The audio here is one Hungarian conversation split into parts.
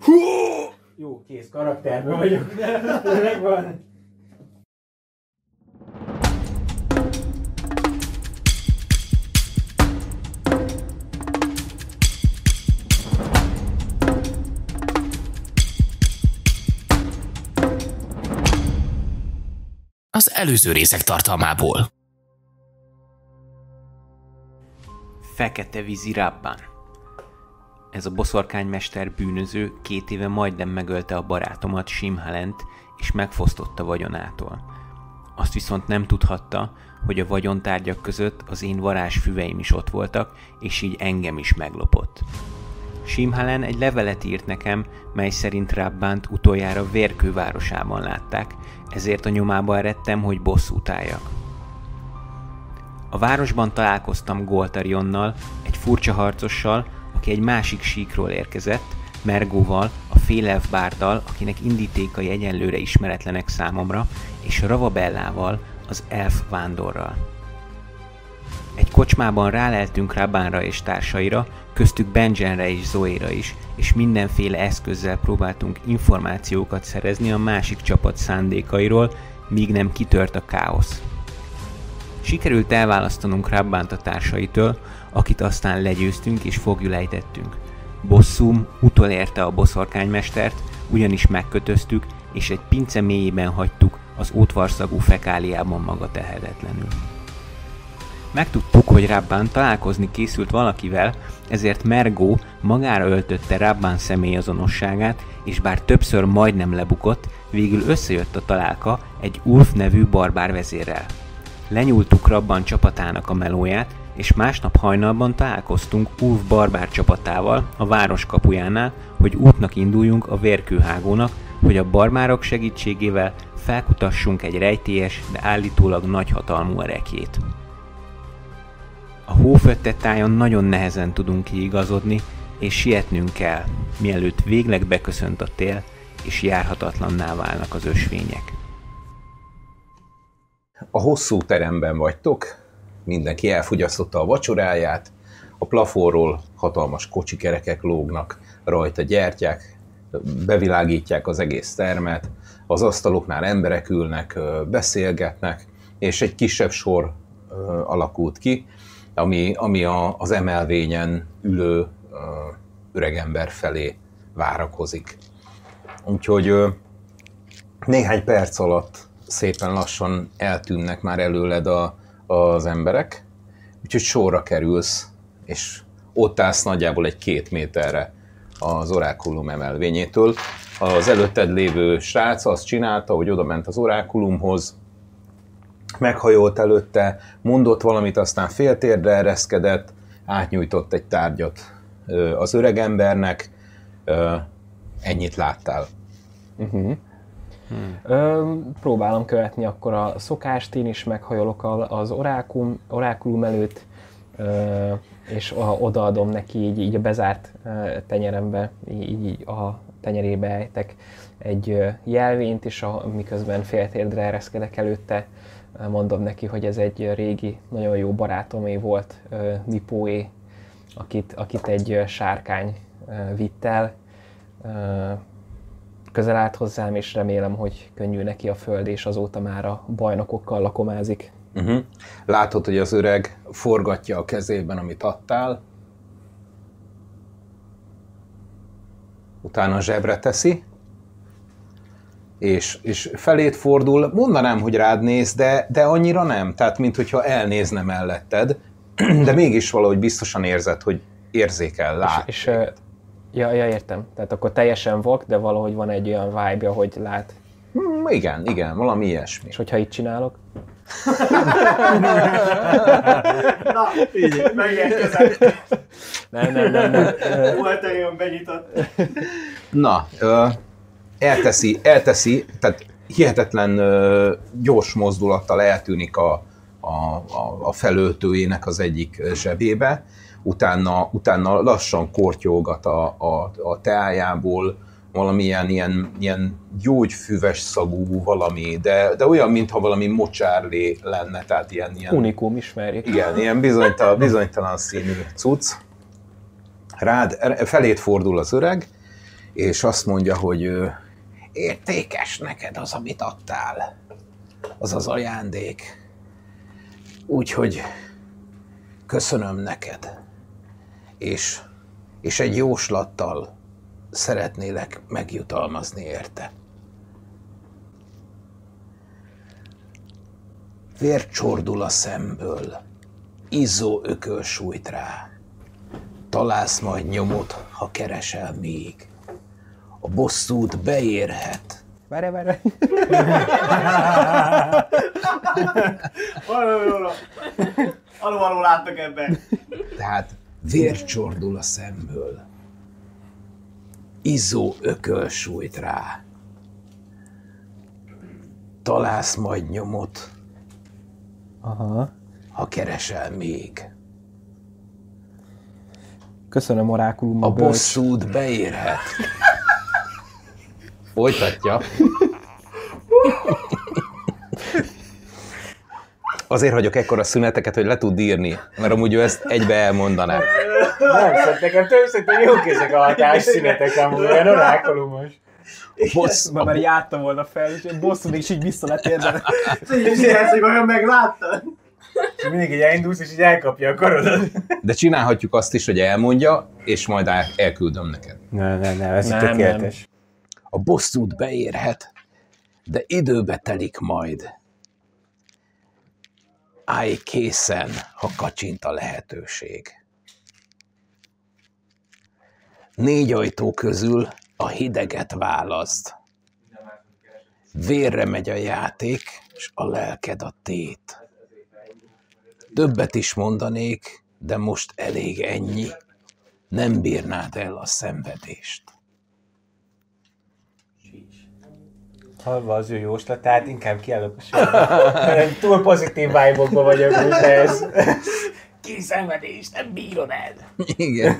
Jó, kész, karakterben vagyok. Megvan. Az előző részek tartalmából. Fekete vízi Rabban. Ez a boszorkánymester bűnöző 2 éve majdnem megölte a barátomat, Shimhalent, és megfosztotta vagyonától. Azt viszont nem tudhatta, hogy a vagyontárgyak között az én varázsfüveim is ott voltak, és így engem is meglopott. Shimhalen egy levelet írt nekem, mely szerint Rabbant utoljára Vérkővárosában látták, ezért a nyomába eredtem, hogy bosszút álljak. A városban találkoztam Goltarionnal, egy furcsa harcossal, aki egy másik síkról érkezett, Mergóval, a félelf bárddal, akinek indítékai egyenlőre ismeretlenek számomra, és Ravabellával, az elf vándorral. Egy kocsmában ráleltünk Rabbanra és társaira, köztük Benjenre és Zoéra is, és mindenféle eszközzel próbáltunk információkat szerezni a másik csapat szándékairól, míg nem kitört a káosz. Sikerült elválasztanunk Rabbant a társaitől, akit aztán legyőztünk és foglyulejtettünk. Bosszúm utolérte a boszorkánymestert, ugyanis megkötöztük, és egy pince mélyében hagytuk az ótvarszagú fekáliában maga tehetetlenül. Megtudtuk, hogy Rabban találkozni készült valakivel, ezért Mergó magára öltötte Rabban személyazonosságát, és bár többször majdnem lebukott, végül összejött a találka egy Ulf nevű barbár vezérrel. Lenyúltuk Rabban csapatának a melóját, és másnap hajnalban találkoztunk Ulf barbár csapatával a város kapujánál, hogy útnak induljunk a Vérkőhágónak, hogy a barbárok segítségével felkutassunk egy rejtélyes, de állítólag nagyhatalmú ereklyét. A hófötte tájon nagyon nehezen tudunk kiigazodni, és sietnünk kell, mielőtt végleg beköszönt a tél, és járhatatlanná válnak az ösvények. A hosszú teremben vagytok, mindenki elfogyasztotta a vacsoráját, a plafonról hatalmas kocsikerekek lógnak, rajta gyertyák, bevilágítják az egész termet, az asztaloknál emberek ülnek, beszélgetnek, és egy kisebb sor alakult ki, ami az emelvényen ülő öregember felé várakozik. Úgyhogy néhány perc alatt szépen lassan eltűnnek már előled az emberek, úgyhogy sorra kerülsz, és ott állsz nagyjából egy 2 méterre az orákulum emelvényétől. Az előtted lévő srác azt csinálta, hogy odament az orákulumhoz, meghajolt előtte, mondott valamit, aztán féltérdre ereszkedett, átnyújtott egy tárgyat az öregembernek, ennyit láttál. Próbálom követni akkor a szokást, én is meghajolok az orákulum előtt, és odaadom neki így a bezárt tenyerembe, így a tenyerébe ejtek egy jelvényt, és miközben féltérdre ereszkedek előtte, mondom neki, hogy ez egy régi, nagyon jó barátomé volt, Nipóé, akit egy sárkány vitt el. Közel állt hozzám, és remélem, hogy könnyű neki a föld, és azóta már a bajnokokkal lakomázik. Látod, hogy az öreg forgatja a kezében, amit adtál, utána zsebre teszi, és felét fordul, mondanám, hogy rád néz, de annyira nem, tehát minthogyha elnézne melletted, de mégis valahogy biztosan érzed, hogy érzékel, lát. Ja, értem. Tehát akkor teljesen vak, de valahogy van egy olyan vibe-ja, hogy lát. Igen, valami ilyesmi. És hogyha itt csinálok? Na, így, megérkezett. Nem. Volt olyan benyitott. Na, elteszi, tehát hihetetlen gyors mozdulattal eltűnik a felöltőjének az egyik zsebébe, utána lassan kortyolgat a teájából valamilyen ilyen gyógyfüves szagú valami, de olyan, mintha valami mocsárlé lenne, tehát ilyen... Unikum, ismerjük. Igen, ilyen bizonytalan színű cucc. Rád felét fordul az öreg, és azt mondja, hogy értékes neked az, amit adtál. Az az ajándék. Úgyhogy köszönöm neked. És egy jóslattal szeretnélek megjutalmazni érte. Vér csordul a szemből, izzó ököl sújt rá. Találsz majd nyomot, ha keresel még. A bosszút beérhet. Várj. Való láttak ebben. Tehát vér csordul a szemből, izzó ököl sújt rá. Találsz majd nyomot, Aha. ha keresel még. Köszönöm, orákulum, A bölcs. bosszút beérhet. Folytatja. Azért hagyok ekkora szüneteket, hogy le tud írni, mert amúgy ő ezt egybe elmondaná. Nem, szerintem többször jók ezek a hatásszünetek amúgy, olyan orákulumos. Már így álltam volna fel, és egy bosszú még így vissza lett érden. Ezt, hogy vajon megláttad? És mindig így elindulsz, és így elkapja a korodat. De csinálhatjuk azt is, hogy elmondja, és majd elküldöm neked. Nem, ez Nem, tökéletes. A bosszút beérhet, de időbe telik majd. Állj készen, ha kacsint a lehetőség. 4 ajtó közül a hideget válaszd. Vérre megy a játék, és a lelked a tét. Többet is mondanék, de most elég ennyi. Nem bírnád el a szenvedést. Hallva az ő jóslatát, inkább kiállok a sorba. Túl pozitív vibe-okban vagyok, úgy, de ez... Kiszenvedés, nem bírod el! Igen.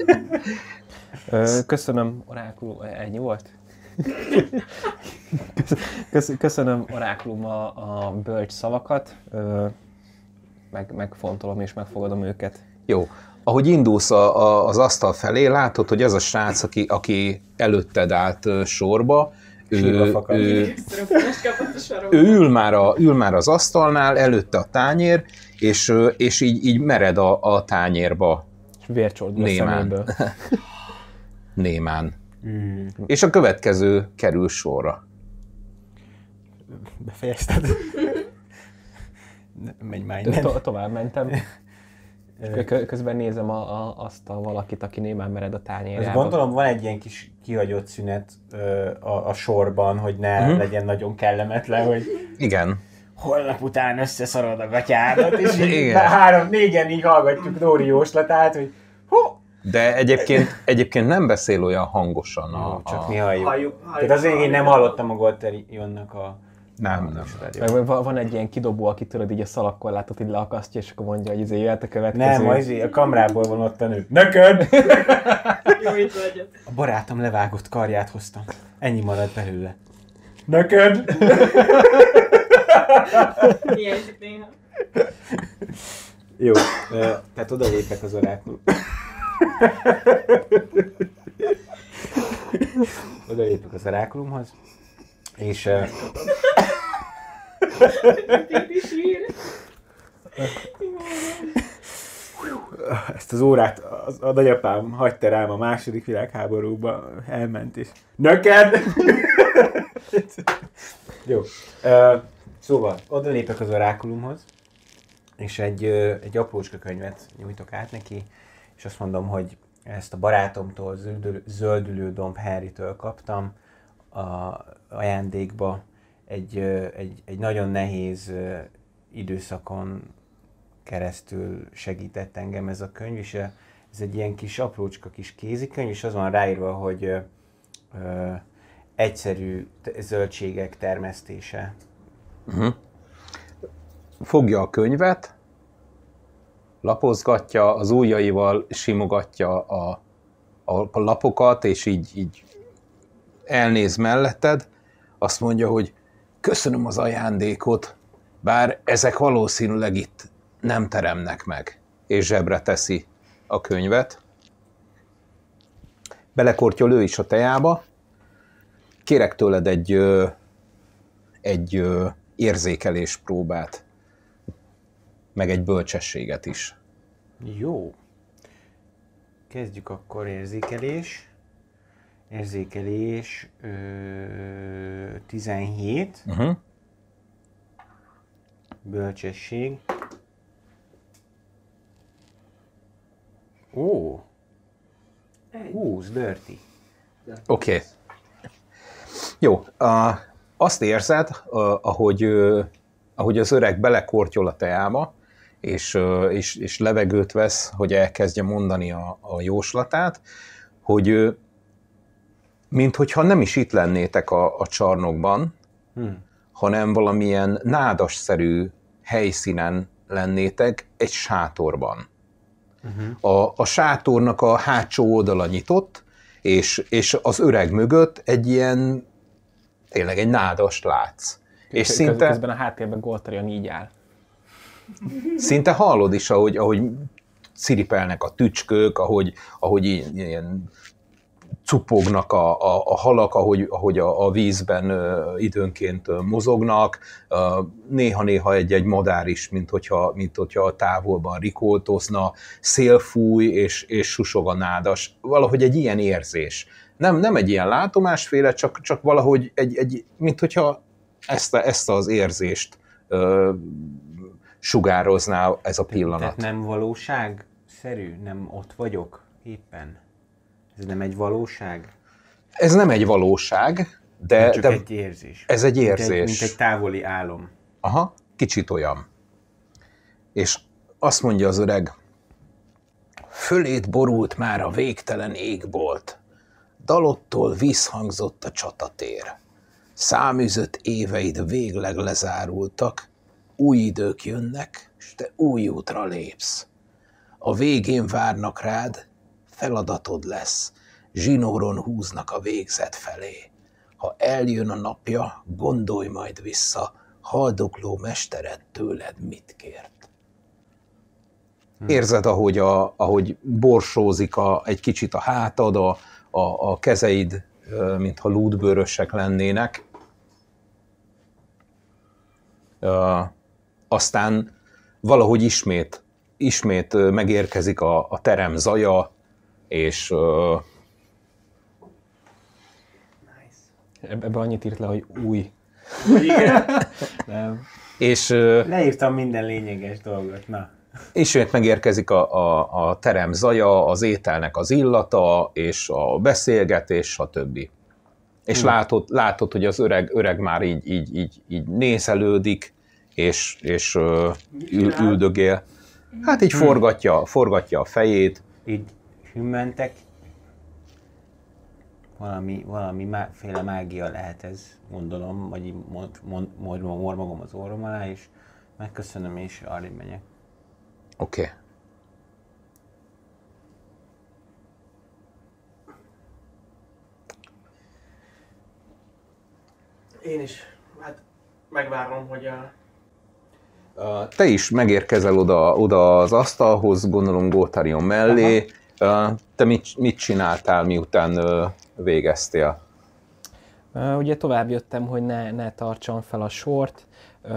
Köszönöm, orákulum, ennyi volt? Köszönöm, orákulum, a bölcs szavakat. Megfontolom és megfogadom őket. Jó. Ahogy indulsz az asztal felé, látod, hogy ez a srác, aki előtted állt sorba, ő ül már az asztalnál, előtte a tányér, és így mered a tányérba. És vércsordul a szeméből. Némán. És a következő kerül sorra. Befejezted? Menj már innen. Tovább mentem. Közben nézem azt a valakit, aki némán mered a tányérjába. Azt gondolom, van egy ilyen kis kihagyott szünet a sorban, hogy ne legyen nagyon kellemetlen, hogy Igen. holnap után összeszarod a gatyádat, és így Igen. 3-4-en így hallgatjuk Dóri jóslatát, hogy De egyébként nem beszél olyan hangosan. csak mi halljuk. Halljuk. Tehát azért én nem hallottam a Golterionnak a... Nem. Meg van egy ilyen kidobó, aki tudod így a szalagkorlátot így leakasztja, és akkor mondja, hogy jöhet a következő. Nem, a kamrából van ott a nő. Neked! Jó, itt vagy. A barátom levágott karját hoztam. Ennyi maradt belőle. Neked! Hiányzik néha. Jó, tehát odalépek az orákulum. Odalépek az orákulumhoz, és... Pipi sír. ezt az órát a nagyapám hagyta rám a második világháborúba, elment és... Neked! Jó. Szóval, odalépek az orákulumhoz, és egy aprócska könyvet nyújtok át neki, és azt mondom, hogy ezt a barátomtól, Zöldülő Domb Henrytől kaptam a ajándékba. Egy nagyon nehéz időszakon keresztül segített engem ez a könyv, és ez egy ilyen kis aprócska kis kézikönyv, és az van ráírva, hogy egyszerű zöldségek termesztése. Fogja a könyvet, lapozgatja, az ujjaival simogatja a lapokat, és így elnéz melletted, azt mondja, hogy köszönöm az ajándékot, bár ezek valószínűleg itt nem teremnek meg, és zsebre teszi a könyvet. belekortyol ő is a tejába. Kérek tőled egy érzékelés próbát, meg egy bölcsességet is. Jó. Kezdjük akkor érzékelés. Érzékelés 17. Uh-huh. Bölcsesség. Ó! 20, dirty. Oké. Jó. Azt érzed, ahogy az öreg belekortyol a teába, és levegőt vesz, hogy elkezdje mondani a jóslatát, hogy minthogyha nem is itt lennétek a csarnokban, hanem valamilyen nádasszerű helyszínen lennétek, egy sátorban. A sátornak a hátsó oldala nyitott, és az öreg mögött egy ilyen, tényleg egy nádast látsz. És szinte... Közben a háttérben Goltarion így áll. Szinte hallod is, ahogy ciripelnek a tücskök, ahogy ilyen cupognak a halak, ahogy a vízben időnként mozognak, néha-néha egy madár is, mint hogyha a távolban rikoltozna, szél fúj és susog a nádas. Valahogy egy ilyen érzés. Nem egy ilyen látomásféle, csak valahogy mint hogyha ezt az érzést sugározná ez a pillanat. Tehát nem valóságszerű? Nem ott vagyok éppen? Ez nem egy valóság? Ez nem egy valóság, de... Csak egy érzés. Ez egy érzés. Mint egy távoli álom. Aha, kicsit olyan. És azt mondja az öreg, fölét borult már a végtelen égbolt, dalottól visszhangzott a csatatér. Száműzött éveid végleg lezárultak, új idők jönnek, s te új útra lépsz. A végén várnak rád, feladatod lesz, zsinóron húznak a végzet felé. Ha eljön a napja, gondolj majd vissza, haldokló mestered tőled mit kért. Érzed, ahogy borsózik egy kicsit a hátad, a kezeid, mintha lúdbőrösek lennének. Aztán valahogy ismét megérkezik a terem zaja, és... Ebbe annyit írt le, hogy új. Igen. Nem. És... Leírtam minden lényeges dolgot, na. Ismét megérkezik a terem zaja, az ételnek az illata, és a beszélgetés, stb. És látod, hogy az öreg már így nézelődik, és üldögél. Hát így forgatja a fejét. Így hümmentek. Valamiféle mágia lehet ez, gondolom, vagy így mormogom az orrom alá, és megköszönöm, és arrébb megyek. Oké. Én is, hát megvárom, hogy Te is megérkezel oda az asztalhoz, gondolom Goltarion mellé. Te mit csináltál, miután végeztél? Ugye tovább jöttem, hogy ne tartsam fel a sort.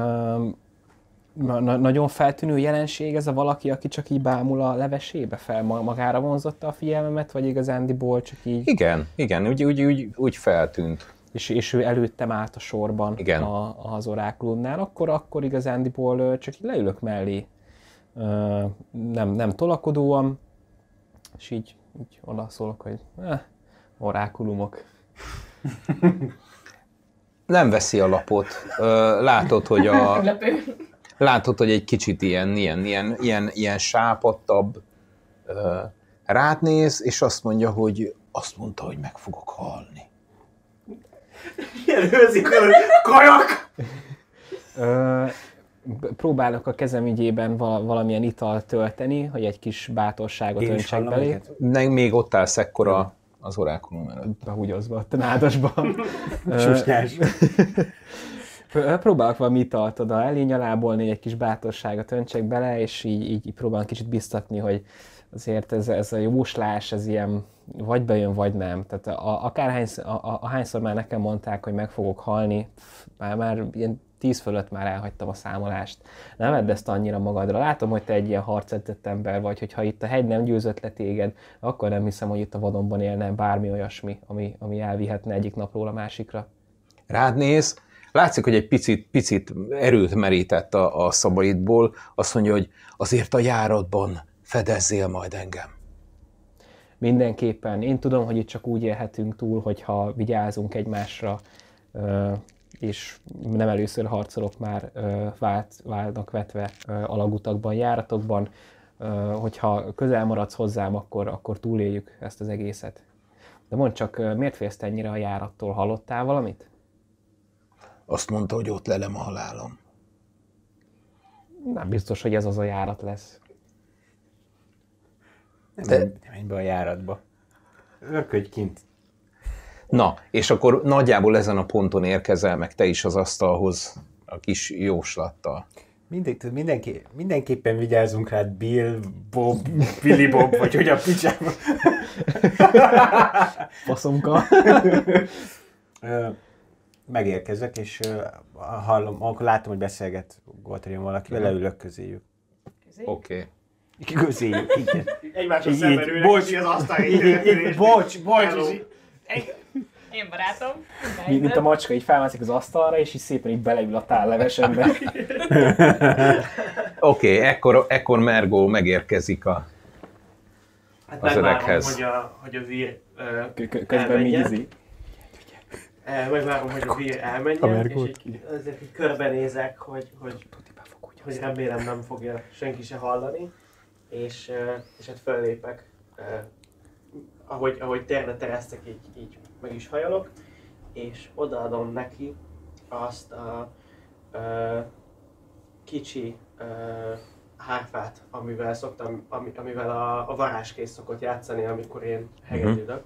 Nagyon feltűnő jelenség ez a valaki, aki csak így bámul a levesébe, magára vonzotta a figyelmemet, vagy igazándiból csak így... Igen, úgy feltűnt. És ő előttem állt a sorban az orákulumnál, akkor igazándiból csak így leülök mellé. Nem tolakodóan, és így oda szólok, hogy orákulumok. Nem veszi a lapot. Látod, hogy egy kicsit ilyen sápadtabb rád néz, és azt mondja, hogy meg fogok halni. ilyen őzik, kajak! Próbálok a kezem ügyében valamilyen italt tölteni, hogy egy kis bátorságot öntsek belé. Még ott állsz ekkora az orákulum előtt. Behúgyozva ott a nádasban. Susnyás. Próbálok valami italt oda elé nyalábolni, egy kis bátorságot öntsek bele, és így próbálom kicsit biztatni, hogy azért ez a jóslás, ez ilyen vagy bejön, vagy nem. Tehát ahányszor már nekem mondták, hogy meg fogok halni, már ilyen 10 fölött már elhagytam a számolást. Nem vedd ezt annyira magadra. Látom, hogy te egy ilyen harcedzett ember vagy, hogyha itt a hegy nem győzött le téged, akkor nem hiszem, hogy itt a vadonban élne bármi olyasmi, ami elvihetne egyik napról a másikra. Rád néz, látszik, hogy egy picit erőt merített a szavaidból, azt mondja, hogy azért a járatban fedezzél majd engem. Mindenképpen. Én tudom, hogy itt csak úgy élhetünk túl, hogyha vigyázunk egymásra, és nem először harcolok már válnak vetve alagutakban, járatokban. Hogyha közel maradsz hozzám, akkor túléljük ezt az egészet. De mondd csak, miért félsz te ennyire a járattól? Hallottál valamit? Azt mondta, hogy ott lelem a halálom. Nem biztos, hogy ez az a járat lesz. Nem menj be a járatba. Örködj kint. Na, és akkor nagyjából ezen a ponton érkezel meg te is az asztalhoz a kis jóslattal. Mindenképpen vigyázzunk rád, Billy Bob, vagy hogy a picsába. Faszomka. Megérkezek, és hallom, akkor látom, hogy beszélget Guatrion valakivel, leülök közéjük. Oké. Közéjük, igen. Egymásra Így, szemben ülnek, bocs, és az asztal bocs, Én barátom. Mint a macska, így felmászik az asztalra, és így szépen így beleül a tállevesembe. Oké, ekkor Mergó megérkezik az öreghez. Hogy a vír Közben még izi. megvárom, hogy a vír elmenjen, és azért így körbenézek, hogy remélem nem fogja senki se hallani, és hát föllépek. Ahogy térre teresztek, így meg is hajolok, és odaadom neki azt a kicsi hárfát, amivel a varázskész szokott játszani, amikor én hegedűdök.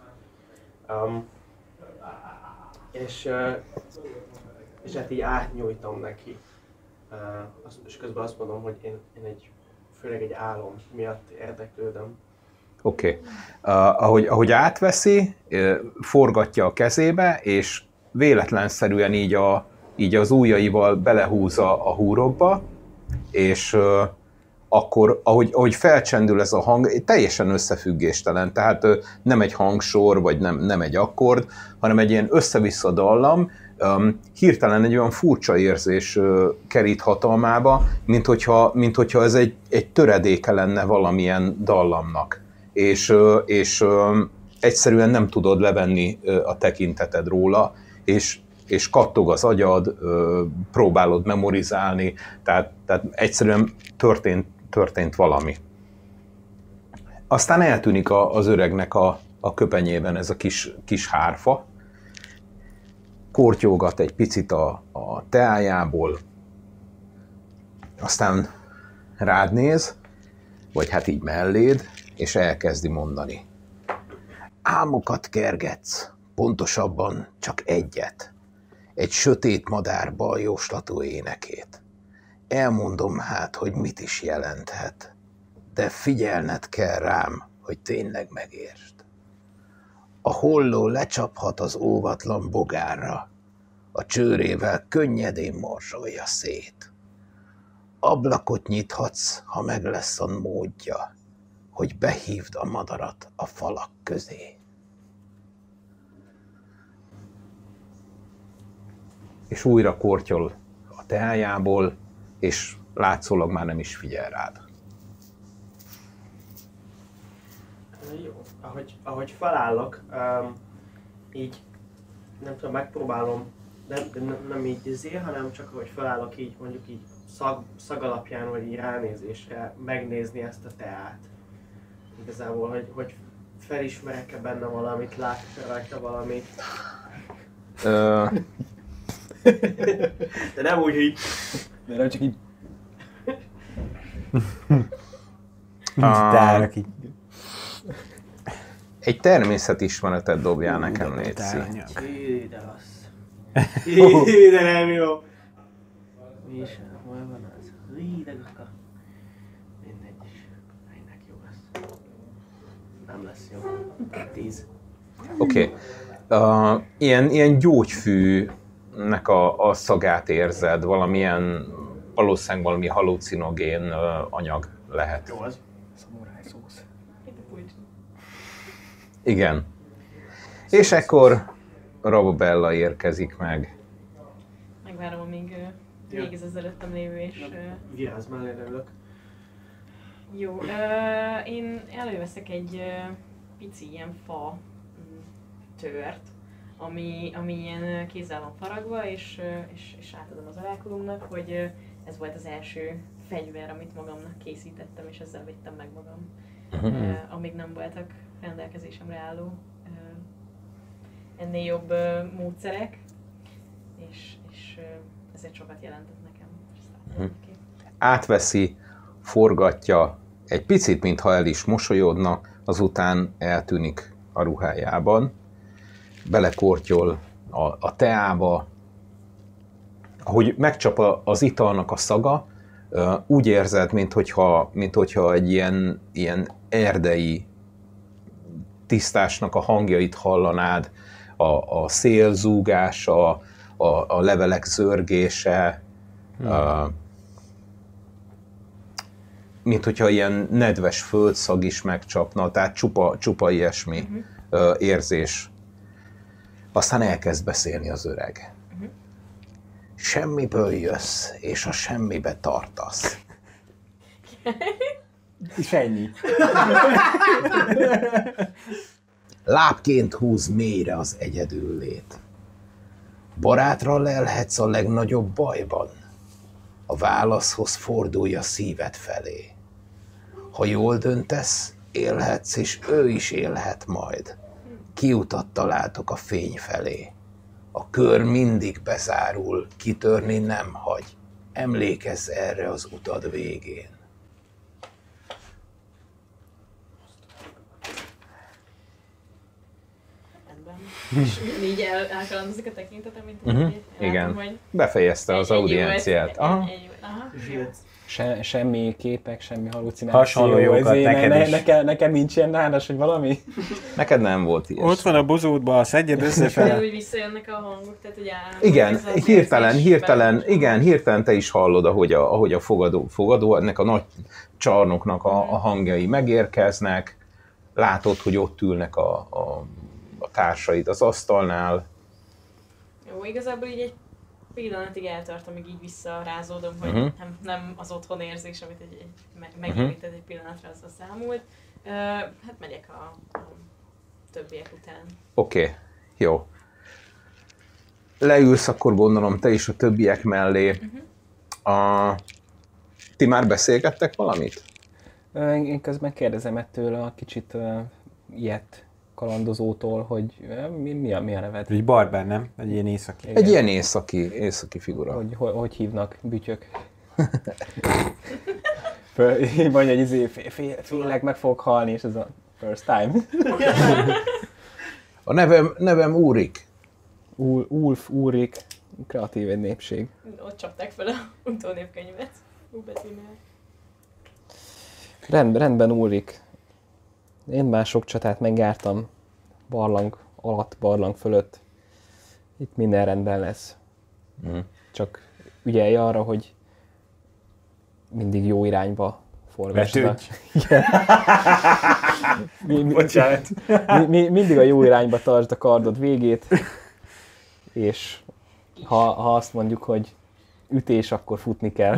És hát így átnyújtom neki. És közben azt mondom, hogy én főleg egy álom miatt érdeklődöm. Oké. Ahogy átveszi, forgatja a kezébe, és véletlenszerűen így az ujjaival belehúzza a húrokba, és akkor, ahogy felcsendül ez a hang, teljesen összefüggéstelen, tehát nem egy hangsor, vagy nem egy akkord, hanem egy ilyen össze-vissza dallam, hirtelen egy olyan furcsa érzés kerít hatalmába, mint hogyha ez egy töredéke lenne valamilyen dallamnak. És egyszerűen nem tudod levenni a tekinteted róla, és kattog az agyad, próbálod memorizálni, tehát egyszerűen történt valami. Aztán eltűnik az öregnek a köpenyében ez a kis hárfa, kortyolgat egy picit a teájából, aztán rád néz, vagy hát így melléd, és elkezdi mondani. Álmokat kergetsz, pontosabban csak egyet. Egy sötét madár jóslatú énekét. Elmondom hát, hogy mit is jelenthet, de figyelned kell rám, hogy tényleg megértsd. A holló lecsaphat az óvatlan bogárra, a csőrével könnyedén morsolja szét. Ablakot nyithatsz, ha meg lesz a módja, hogy behívd a madarat a falak közé. És újra kortyol a teájából, és látszólag már nem is figyel rád. Jó. Ahogy felállok, így nem tudom, megpróbálom, nem így hanem csak ahogy felállok így, mondjuk így szag alapján, vagy így ránézésre megnézni ezt a teát. Igazából, hogy felismerek-e benne valamit, látok-e rajta valamit. De nem úgy, hogy... De nem csak így... Így. Egy természetismeretet dobjál nekem, létszi. Hű, de rossz. Hű, de nem jó. Mi is? Hol van az? Hű, de kaka. Mindegy is. Ennek jó lesz. Nem lesz jó. 10. Oké. Ilyen gyógyfűnek a szagát érzed, valószínűleg valami halucinogén anyag lehet. Jó az. Szamuráj szósz. Itt a pulcs. Igen. És ekkor Rababella érkezik meg. Megvárom, amíg végez az előttem lévő, és... Viráz mellé leülök. Jó, én előveszek egy pici ilyen fa tört, ami ilyen kézzel van faragva, és átadom az orákulumnak, hogy ez volt az első fegyver, amit magamnak készítettem, és ezzel vittem meg magam. Amíg nem voltak rendelkezésemre álló ennél jobb módszerek, és ezért sokat jelentett nekem. Átveszi, forgatja, egy picit, mintha el is mosolyodna, azután eltűnik a ruhájában, belekortyol a teába. Ahogy megcsap az italnak a szaga, úgy érzed, minthogyha egy ilyen erdei tisztásnak a hangjait hallanád, a szél zúgása, a levelek zörgése, mint hogyha ilyen nedves földszag is megcsapna, tehát csupa ilyesmi érzés. Aztán elkezd beszélni az öreg. Semmiből jössz, és a semmibe tartasz. És ennyi. Lábként húz mélyre az egyedüllét. Barátra lelhetsz a legnagyobb bajban. A válaszhoz fordulj a szíved felé. Ha jól döntesz, élhetsz, és ő is élhet majd. Kiutat találtok a fény felé. A kör mindig bezárul, kitörni nem hagy. Emlékezz erre az utad végén. Rendben. És így elkalandozik a tekintetem, mint látom, Igen, hogy befejezte az ennyi audienciát. volt, Aha. ennyi volt. Aha. Zsilc. Semmi képek, semmi halucináció. Hasonló jókat neked is. Nekem nincs ilyen nádas, hogy valami? Neked nem volt ilyes. Ott van a bozótban, szedjed De összefele. úgy visszajönnek a hangok, tehát ugye Igen, ez az hirtelen érzés, te is hallod, ahogy a fogadó, ennek a nagy csarnoknak a hangjai megérkeznek, látod, hogy ott ülnek a társaid az asztalnál. Jó, igazából így egy pillanatig eltart, amíg így visszarázódom, hogy nem az otthon érzés, amit megérintett egy pillanatra, az a számult. Hát megyek a többiek után. Oké, jó. Leülsz, akkor gondolom te is a többiek mellé. Ti már beszélgettek valamit? Én közben kérdezem ettől a kicsit ilyet kalandozótól, hogy mi a neved? Egy barbár, nem? Egy ilyen északi. Egy ilyen északi figura. Hogy hívnak bütyök? Vagy egy félek meg fogok halni, és ez a first time. A nevem Úrik. Ulf, Úrik, kreatív egy népség. Ott csapták fel a utónévkönyvet. betűnél. Rendben, Ulrik. Én már sok csatát megjártam. Barlang alatt, barlang fölött. Itt minden rendben lesz. Csak ügyelj arra, hogy mindig jó irányba forgasd. Bocsánat. Mindig a jó irányba tartsd a kardod végét, és ha azt mondjuk, hogy ütés, akkor futni kell.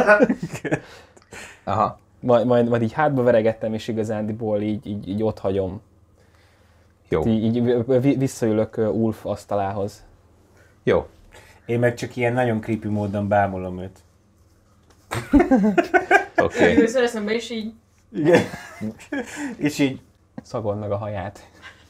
Aha. Majd így hátba veregettem, és igazándiból így ott hagyom. Jó. Így visszaülök Ulf asztalához. Jó. Én meg csak ilyen nagyon creepy módon bámulom őt. Oké. Először eszembe is így. Igen. És így Szagold meg a haját.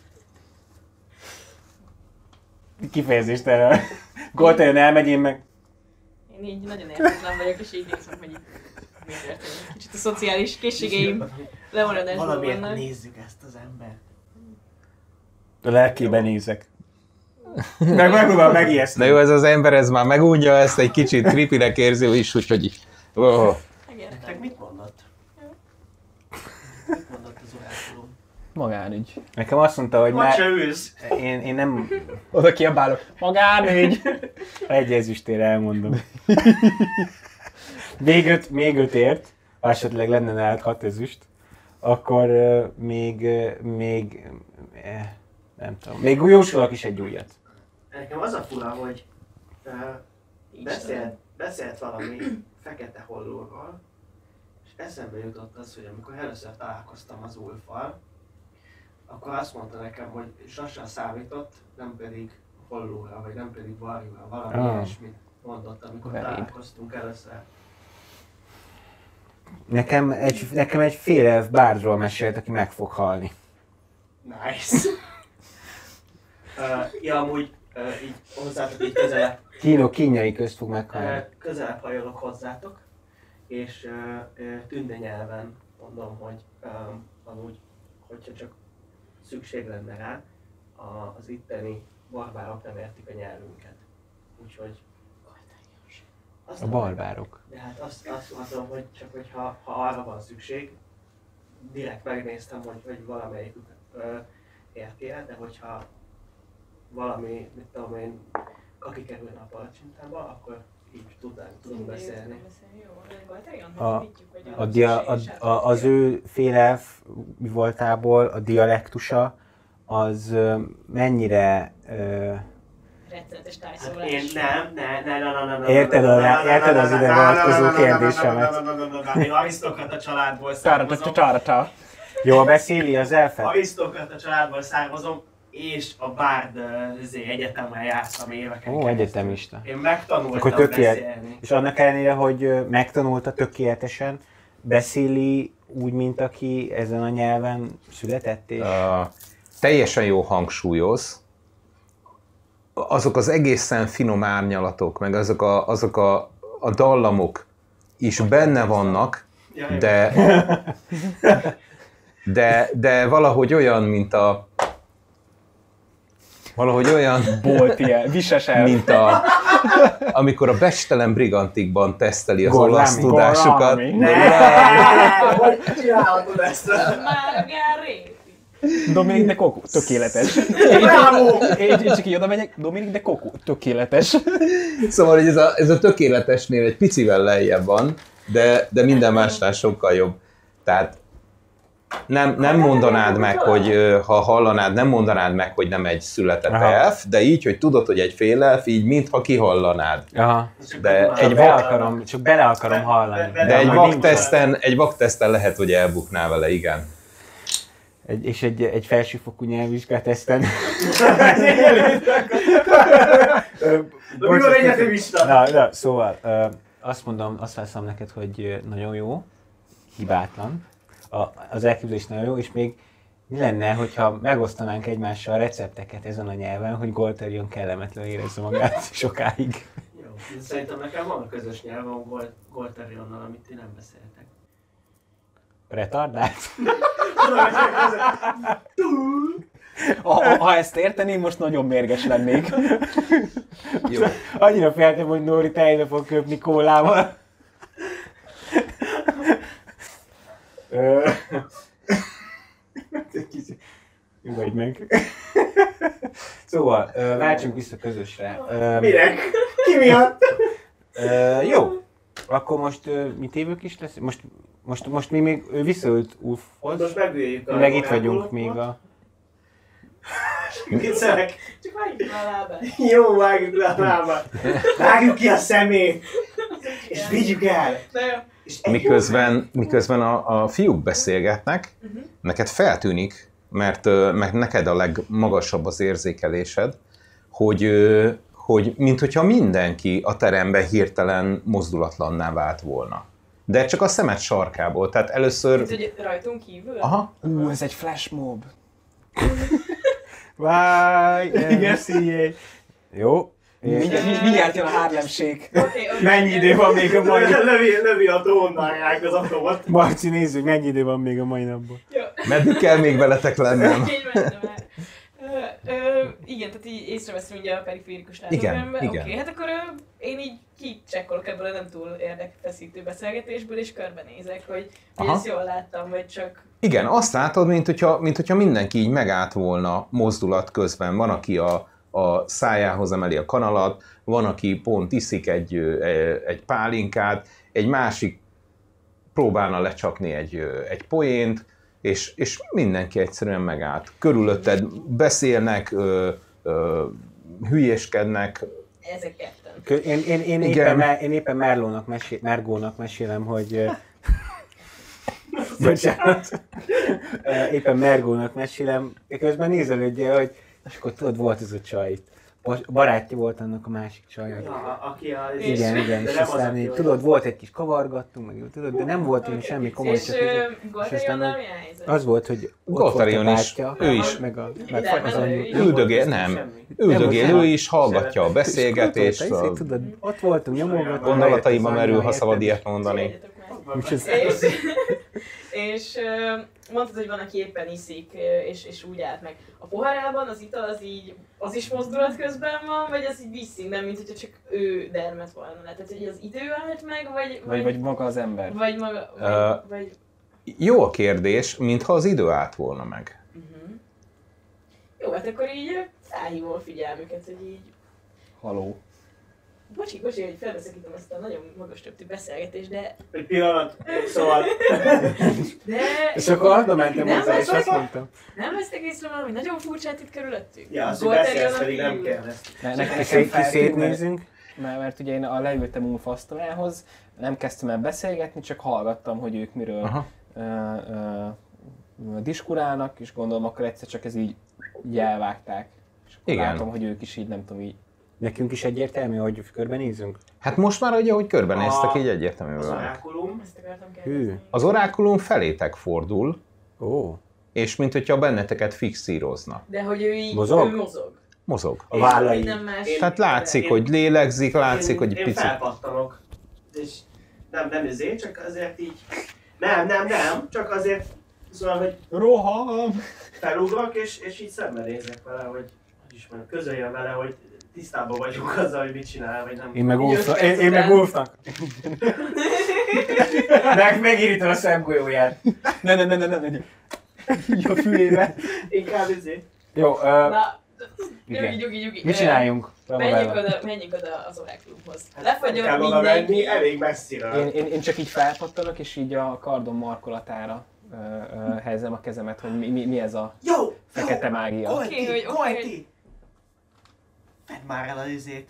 kifejezést erre. Goltajon elmegy, én meg... Én így nagyon értetlen vagyok, és így nézem, hogy mi történik. Kicsit a szociális készségeim lemaradásban Valamiért vannak. nézzük ezt az embert. A lelkében nézek. Megpróbál megijeszteni. Na jó, ez az ember, ez már megunja ezt, egy kicsit creepynek érzi is, úgyhogy... Oh. Megértem. Nektek mit mondott? Mit mondott az orákulum? Magánügy. Nekem azt mondta, hogy Vagy se már... ülsz. Én nem... Oda kiabálok. Magánügy! Egy ezüstére elmondom. még 5 ért, ha esetleg lenne nálad 6 ezüst, akkor még nem tudom, még jósolok is egy újat. Nekem az a fura, hogy beszélt valami fekete hollóról, és eszembe jutott az, hogy amikor először találkoztam az Ulffal, akkor azt mondta nekem, hogy sosem számított, nem pedig hollóra, vagy nem pedig varjúra, valami ilyesmit mondott, amikor találkoztunk először. Nekem egy félelv bárdról mesélt, aki meg fog halni. Nice. Amúgy így hozzátok így közelebb. Kínjai közt fog meghalni. Közelebb hajolok hozzátok, és tünde nyelven mondom, hogy amúgy, hogyha csak szükség lenne rá, az itteni barbárok nem értik a nyelvünket. Úgyhogy... A barbárok. De hát azt mondom, hogy csak hogyha arra van szükség, direkt megnéztem, hogy valamelyikük érti-e, de hogyha valami, mit tudom én, kaki kerülne a palacsintába, akkor így tudunk beszélni. Az ő félelv voltából a dialektusa az mennyire... Rettenetes tájszólás. Én nem. Érted az ide vonatkozó kérdésemet? Én arisztokrata családból származom. Jól beszéli az elfet? Arisztokrata családból származom, és a Bárd egyetemre jártam éveken keresztül. Egyetemista. Én megtanultam beszélni. És annak ellenére, hogy megtanulta tökéletesen, beszéli úgy, mint aki ezen a nyelven született és... Teljesen jó hangsúlyoz. Azok az egészen finom árnyalatok, meg azok a dallamok is benne vannak, de valahogy olyan, mint a... Valahogy olyan... Boltie, visesel. Mint amikor a Bestelen Brigantikban teszteli az olasz tudásukat. Hogy csinálhatod ezt? Margaréti. Dominik de Coco, tökéletes. Én csak így oda megyek, Dominik de Coco, tökéletes. Szóval hogy ez a tökéletesnél egy picivel lejjebb van, de minden másnál sokkal jobb. Tehát nem mondanád meg, hogy ha hallanád, nem mondanád meg, hogy nem egy született elf, de így, hogy tudod, hogy egy félelf, így mintha kihallanád. Aha. De csak bele akarom hallani. De egy vakteszten lehet, hogy elbuknál vele, igen. És egy felsőfokú nyelvvizsgát teszten. Mikor egyetemista? Na, szóval azt válaszolom neked, hogy nagyon jó, hibátlan. Az elképzelés nagyon jó, és még mi lenne, hogyha megosztanánk egymással recepteket ezen a nyelven, hogy Golterion kellemetlenül érezze magát sokáig. Jó, szerintem nekem van a közös nyelven Golterionnal, amit ti nem beszéltek. Retardált? Ha ezt érteném, most nagyon mérges lennék. Jó. Annyira féltem, hogy Nóri tejbe fog köpni kólával. Nyugodj meg. Szóval, váltsunk vissza közösre. Minek? Ki miatt? Jó. Akkor most mi tévők is lesz? Most mi még visszaült Ulfhoz. Most megüljük a... Meg itt vagyunk még a... Viccelek. Csak vágjuk le a lábát. Jó, vágjuk le a lábát. Vágjuk ki a szemét. És vigyük el. Miközben a fiúk beszélgetnek, neked feltűnik, mert neked a legmagasabb az érzékelésed, hogy minthogyha mindenki a teremben hirtelen mozdulatlanná vált volna. De csak a szemed sarkából, tehát először... Mint, hogy rajtunk kívül? Aha. Ez egy flash mob. Why? Jó. Mindjárt jön a Harlem-sék. Mennyi idő van még a mai... Lövi a drónnárják az atomot. Marci, nézzük, mennyi idő van még a mai napból. Meddig kell még veletek lennem? Így menne már. Igen, tehát így észreveszem ugye a periférikus Igen, látókörömbe. igen. Oké, hát akkor én így kicsekkolok ebből a nem túl érdekfeszítő beszélgetésből, és körbenézek, hogy ezt jól láttam, vagy csak... Igen, azt látod, mint hogyha mindenki így megállt volna mozdulat közben. Van, aki a szájához emeli a kanalat, van, aki pont iszik egy pálinkát, egy másik próbálna lecsapni egy poént, és mindenki egyszerűen megállt. Körülötted beszélnek, hülyéskednek. Ezek ketten. Én éppen Mergónak mesélem, hogy... Bocsánat. Éppen Mergónak mesélem, közben nézelődjél, hogy és akkor tudod, volt ez a csaj itt. Barátja volt annak a másik csajnak. Ja, aki a... Igen, és aztán így, tudod, volt egy kis kavargattunk, meg tudod, de nem volt én semmi komoly, és Goltarionnal mi a helyzet? az volt, hogy Goltarion is, ő is üldögél, ő is hallgatja a beszélgetést. Tudod, ott voltunk, nyomogattunk. Gondolataiba merül, ha szabad ilyet mondani. És mondtad, hogy van, aki éppen iszik, és úgy állt meg. A pohárában az ital az is mozdulat közben van, vagy az így vízszínben, mint hogyha csak ő dermet volna le? Tehát, hogy az idő állt meg, vagy maga az ember? Vagy maga... Vagy... Jó a kérdés, mintha az idő állt volna meg. Jó, hát akkor így felhívom a figyelmüket, hogy így... Haló. Bocsi, hogy felveszekítem ezt a nagyon magas többtű beszélgetést, de... Egy pillanat, szóval... De... És akkor arra mentem hozzá, és azt mondtam. Nem vesztek észre valami nagyon furcsát itt körülöttünk? Ja, azt, hogy beszélsz, pedig nem kérdezt. Nekem Szétnézünk. Mert ugye én leültem Ulf asztalához, nem kezdtem el beszélgetni, csak hallgattam, hogy ők miről diskurálnak, és gondolom akkor egyszer csak ez így elvágták. És akkor igen. Látom, hogy ők is így nem tudom így. Nekünk is egyértelmű, hogy körbenézünk? Hát most már ugye, hogy körbenéztek, így egyértelmű Az válik. orákulum. Ezt akartam kérdezni. Az orákulum felétek fordul, Ó. és mint hogyha benneteket fixírozna. De hogy ő így Mozog? Ő mozog. Mozog. A vállai. Nem más. Tehát látszik, hogy lélegzik, látszik, hogy Én picit... felpattanok. És nem ezért, csak azért így... Nem, csak azért... Szóval, hogy Roham! felugrok, és így szembenézek vele, hogy közöljön vele, hogy tisztában vagyunk azzal, hogy mit csinál, vagy nem. Én meg Wolfnak. Megírítom a szemgolyóját. Ne. Így a fülébe. Inkább ezért. Jó, Na, igen. Nyugi. Mit csináljunk? Menjünk oda az orákulumhoz. Lefagyott Kell oda menni, mindenki. elég messziről. Én csak így felpattanok, és így a kardom markolatára helyezem a kezemet, hogy mi ez a fekete mágia. Oké. Vedd már el az izét.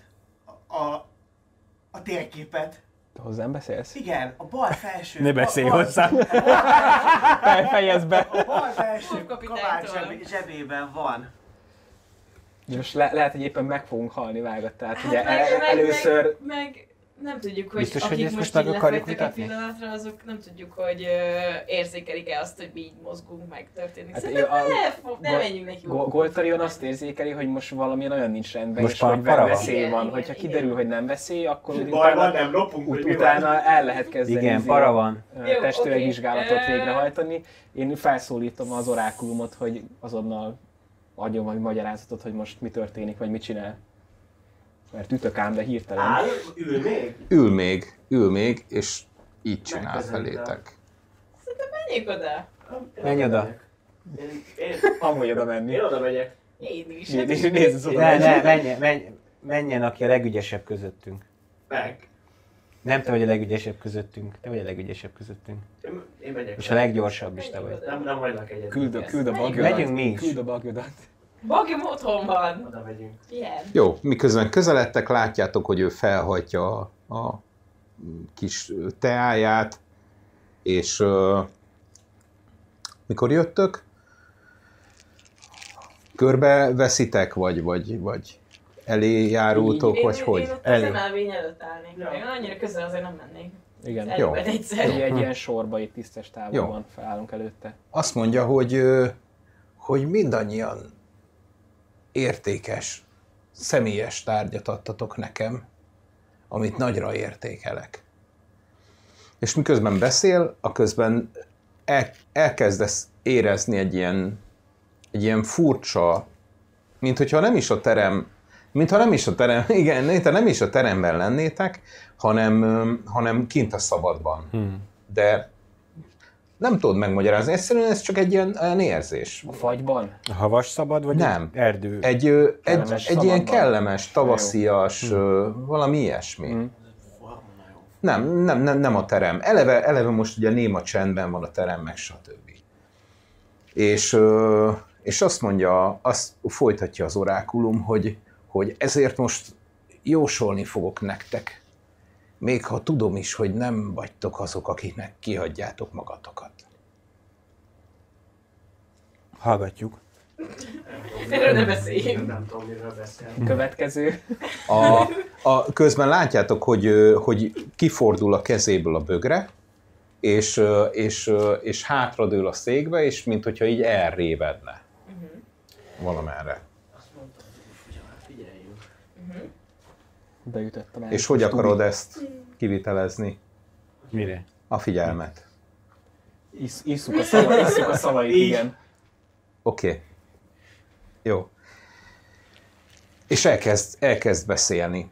A térképet. Te hozzám beszélsz? Igen, a bal felső. Ne beszélj hozzám. Fejezd be! A bal felső Kapitánytól. kabát zsebében van. Most lehet, hogy éppen meg fogunk halni vágat, tehát Hát ugye először... meg nem tudjuk, hogy Biztos, hogy akik ezt most most így meg akarjuk lefektek egy mutatni? pillanatra, azok nem tudjuk, hogy érzékelik-e azt, hogy mi így mozgunk, meg történik. Hát Szerintem ne Go- menjünk neki. Goltarion azt érzékeli, hogy most valami nagyon nincs rendben, Most és hogy para van. veszély van. Igen, Hogyha igen. kiderül, hogy nem veszély, akkor Baj van, nem lopunk, hogy mi van. utána el lehet kezdeni Igen, para van. Jó, testőrvizsgálatot oké. végrehajtani. Én felszólítom az orákulumot, hogy azonnal adjon valami magyarázatot, hogy most mi történik, vagy mit csinál. Mert ütök ám, de hirtelen. Áll, ül még. Ül még, és így csinál Megközelítem. felétek. Menjünk oda. Menj oda. Amúgy oda menni. Én oda megyek. Én is. Nézd az oda. Menjen, aki a legügyesebb közöttünk. Meg. Nem te vagy a legügyesebb közöttünk, te vagy a legügyesebb közöttünk. Én megyek. És a leggyorsabb is te vagy. Nem hagylak egyet. Küld a bagyodat. Megyünk mi is. Küld a bagyodat. Bagyom otthon van. Oda megyünk. Ilyen. Jó, miközben közeledtek, látjátok, hogy ő felhajtja a kis teáját, és mikor jöttök, körbeveszitek, vagy elé járultok, vagy hogy? Én ott az emelvény előtt állnék. Ja. Én annyira közel azért nem mennék. Igen. Jó. Előbb egyszer. Egy ilyen sorba, itt tisztes távolban felállunk előtte. Azt mondja, hogy mindannyian értékes, személyes tárgyat adtatok nekem, amit nagyra értékelek. És miközben beszél, aközben elkezdesz érezni egy ilyen furcsa mintha nem is a terem, igen, mintha nem is a teremben lennétek, hanem kint a szabadban. De nem tudod megmagyarázni, egyszerűen ez csak egy ilyen érzés. A fagyban? A havas szabad, vagy Nem. erdő? Egy ilyen kellemes, tavaszias, valami ilyesmi. Nem a terem. Eleve most ugye néma csendben van a terem, meg stb. És azt mondja, azt folytatja az orákulum, hogy ezért most jósolni fogok nektek, még ha tudom is, hogy nem vagytok azok, akiknek kihagyjátok magatokat. Hallgatjuk. Erről ne beszéljünk. Nem tudom, miről beszél. Következő. Közben látjátok, hogy kifordul a kezéből a bögre, és hátradől a székbe, és minthogyha így elrévedne. Valamerre. Azt mondtam, hogy figyeljünk. Beütöttem el. És hogy akarod ezt kivitelezni? Mire? A figyelmet. Isszuk a szavait, igen. Oké. Jó. És elkezd beszélni.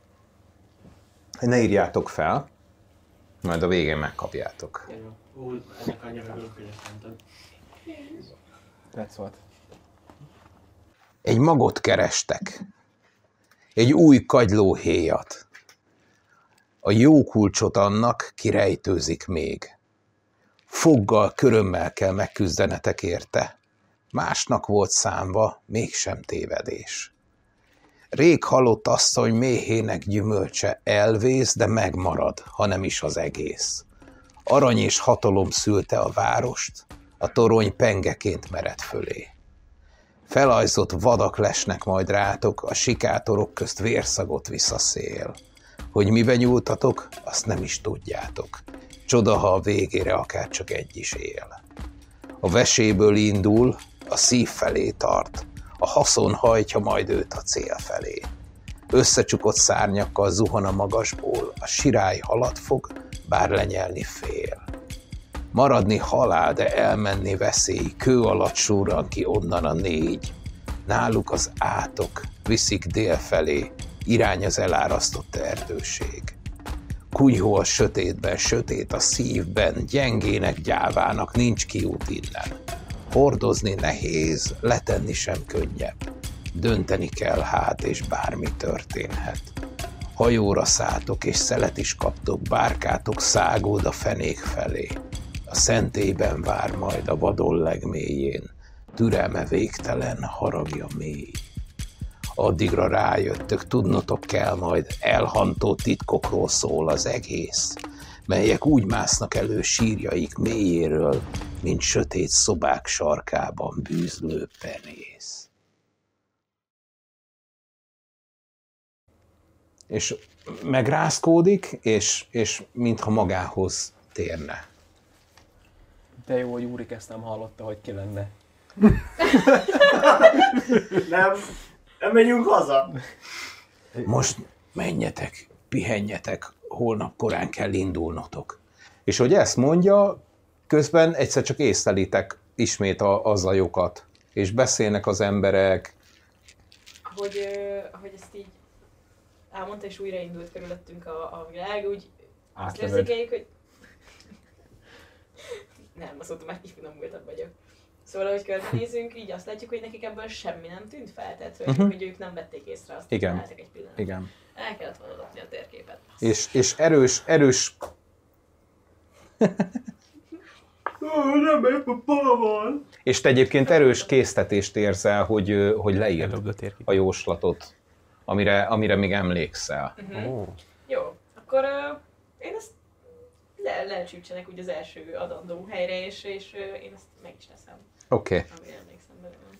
Ne írjátok fel, majd a végén megkapjátok. Ennek annyira örülök, hogy ezt mondtad. That's what. Egy magot kerestek. Egy új kagylóhéjat. A jó kulcsot annak kirejtőzik még. Foggal, körömmel kell megküzdenetek érte. Másnak volt számva, mégsem tévedés. Rég halott asszony méhének gyümölcse elvész, de megmarad, ha nem is az egész. Arany és hatalom szülte a várost, a torony pengeként mered fölé. Felajzott vadak lesnek majd rátok, a sikátorok közt vérszagot visz a szél. Hogy miben nyúltatok, azt nem is tudjátok. Csoda, ha a végére akár csak egy is él. A veséből indul, a szív felé tart, a haszon hajtja majd őt a cél felé. Összecsukott szárnyakkal zuhan a magasból, a sirály halad fog, bár lenyelni fél. Maradni halál, de elmenni veszély, kő alatt súrran ki onnan a négy. Náluk az átok, viszik dél felé, irány az elárasztott erdőség. Kunyhó a sötétben, sötét a szívben, gyengének, gyávának nincs kiút innen. Hordozni nehéz, letenni sem könnyebb. Dönteni kell hát, és bármi történhet. Hajóra szálltok, és szelet is kaptok, bárkátok szágód a fenék felé. A szentélyben vár majd a vadon legmélyén, türelme végtelen, haragja mély. Addigra rájöttök, tudnotok kell majd, elhantó titkokról szól az egész, melyek úgy másznak elő sírjaik mélyéről, mint sötét szobák sarkában bűzlő penész. És megrázkódik, és mintha magához térne. De jó, hogy Úrik ezt nem hallotta, hogy ki lenne. Nem menjünk haza. Most menjetek, pihenjetek, holnap korán kell indulnotok. És hogy ezt mondja, közben egyszer csak észlelitek ismét a zajokat, és beszélnek az emberek. Ahogy ezt így elmondta, és újra indult körülöttünk a világ, úgy azt Átlövöd. érzékeljük, hogy... Nem, azt mondtam, már kifinomultabb vagyok. Szóval, ahogy körbenézünk, így azt látjuk, hogy nekik ebből semmi nem tűnt fel, tehát hogy ők nem vették észre azt, hogy Igen. találtak egy pillanat. Igen. El kellett volna dobni a térképet. És erős... Nem, éppen bala van. És te egyébként erős késztetést érzel, hogy leírd Eldobd a térképet. a jóslatot, amire még emlékszel. Jó, akkor én ezt lecsütsenek úgy az első adandó helyre, és én ezt meg is teszem, Oké. amire emlékszem belőle.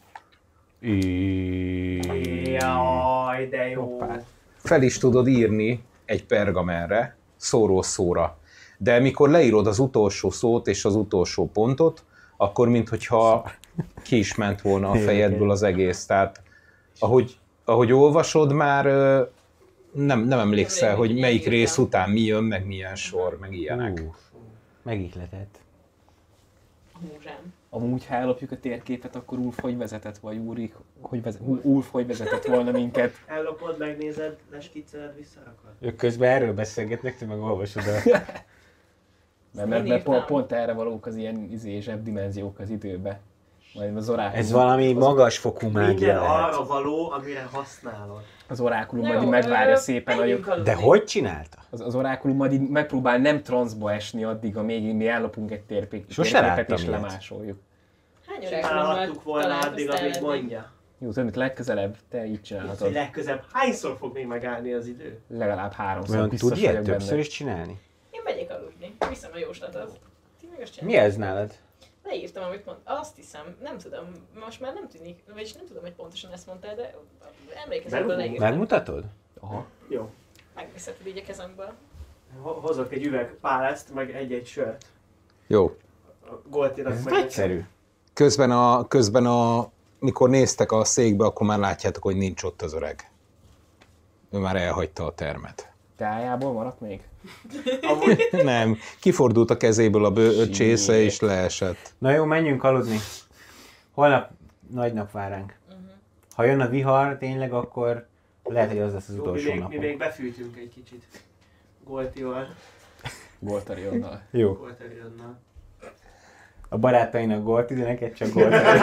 Jaj, de jó. Hoppá. Fel is tudod írni egy pergamenre, szóról szóra. De mikor leírod az utolsó szót és az utolsó pontot, akkor minthogyha ki is ment volna a fejedből az egész. Tehát ahogy olvasod, már nem emlékszel, hogy melyik rész után mi jön, meg milyen sor, meg ilyenek. Megihletett. múzsám. Amúgy, ha ellopjuk a térképet, akkor Ulf hogy vezetett, vagy Ulf hogy vezetett volna minket? Ellopod, megnézed, leskicceled, visszarakod. Ők közben erről beszélgetnek, te meg olvasod el. Mert pont erre valók az ilyen zsebdimenziók az időbe. Majd az orákulum. Ez valami magasfokú Minden mágia lehet. arra való, amire használod. Az orákulum Jó, majd így megvárja szépen a menjünk jog. aludni. De hogy csinálta? Az orákulum majd így megpróbál nem transzba esni addig, amíg mi ellopunk egy Sose térképet és láttam ilyet. lemásoljuk. Hány Csinálhattuk volna addig, amíg találkoztál mondja. Jó, tudod, mit legközelebb te így Hogy csinálhatod. legközebb hányszor fog még megállni az idő? Legalább 3-szor Olyan biztos tud ilyet vagyok többször benne. is csinálni? Én megyek aludni. Viszem a jóslatot. Ti meg azt Mi csináljátok. ez nálad? Leírtam, amit mond. Azt hiszem, nem tudom, most már nem tűnik, vagyis nem tudom, hogy pontosan ezt mondtál, de emlékezetből leírtam. Megmutatod? Aha. Jó. Megviszed így a kezemből. Hozok egy üveg páleszt, meg egy sört. Jó. A Goltinak Ez meg nagyszerű. Közben mikor néztek a székbe, akkor már látjátok, hogy nincs ott az öreg. Ő már elhagyta a termet. Teájából maradt még? Amúgy Nem, kifordult a kezéből a csésze és leesett. Na jó, menjünk aludni. Holnap nagy nap vár ránk. Ha jön a vihar tényleg, akkor lehet, hogy az lesz az jó, utolsó mi napom. még befűtünk egy kicsit. Goltival, Voltarionnal. Jó. Goltarionnal. A barátainak Golti, de neked csak Golti.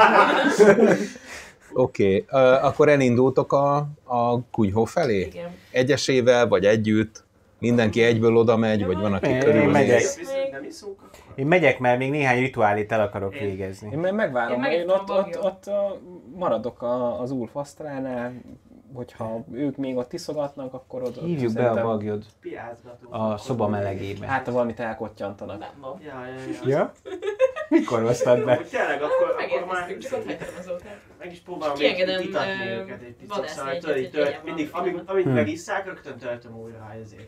Oké, akkor elindultok a kunyhó felé? Igen. Egyesével, vagy együtt? Mindenki egyből oda megy, vagy van, aki Én körülnéz? megyek. Viszont nem iszunk akkor? Én megyek, mert még néhány rituálét el akarok Én- végezni. Én megvárom, Én én megittem a ott maradok az Ulf asztalánál, hogyha ők még ott iszogatnak, akkor oda Hívjuk be a szerintem- bagyod Piázgatunk. a szoba melegébe. Hát, ha valamit elkottyantanak. Nem van. Ja. Ja? Mikor hoztad be? Úgy tényleg, akkor már Megérkeztünk, csak ott hagytam azóta. meg is próbálom Kiengedem, itatni őket egy picit. vadászni Szóval egyet, tudod, így hogy tört, legyen mindig, valami amíg Hmm. megisszák, rögtön töltöm újra ezért.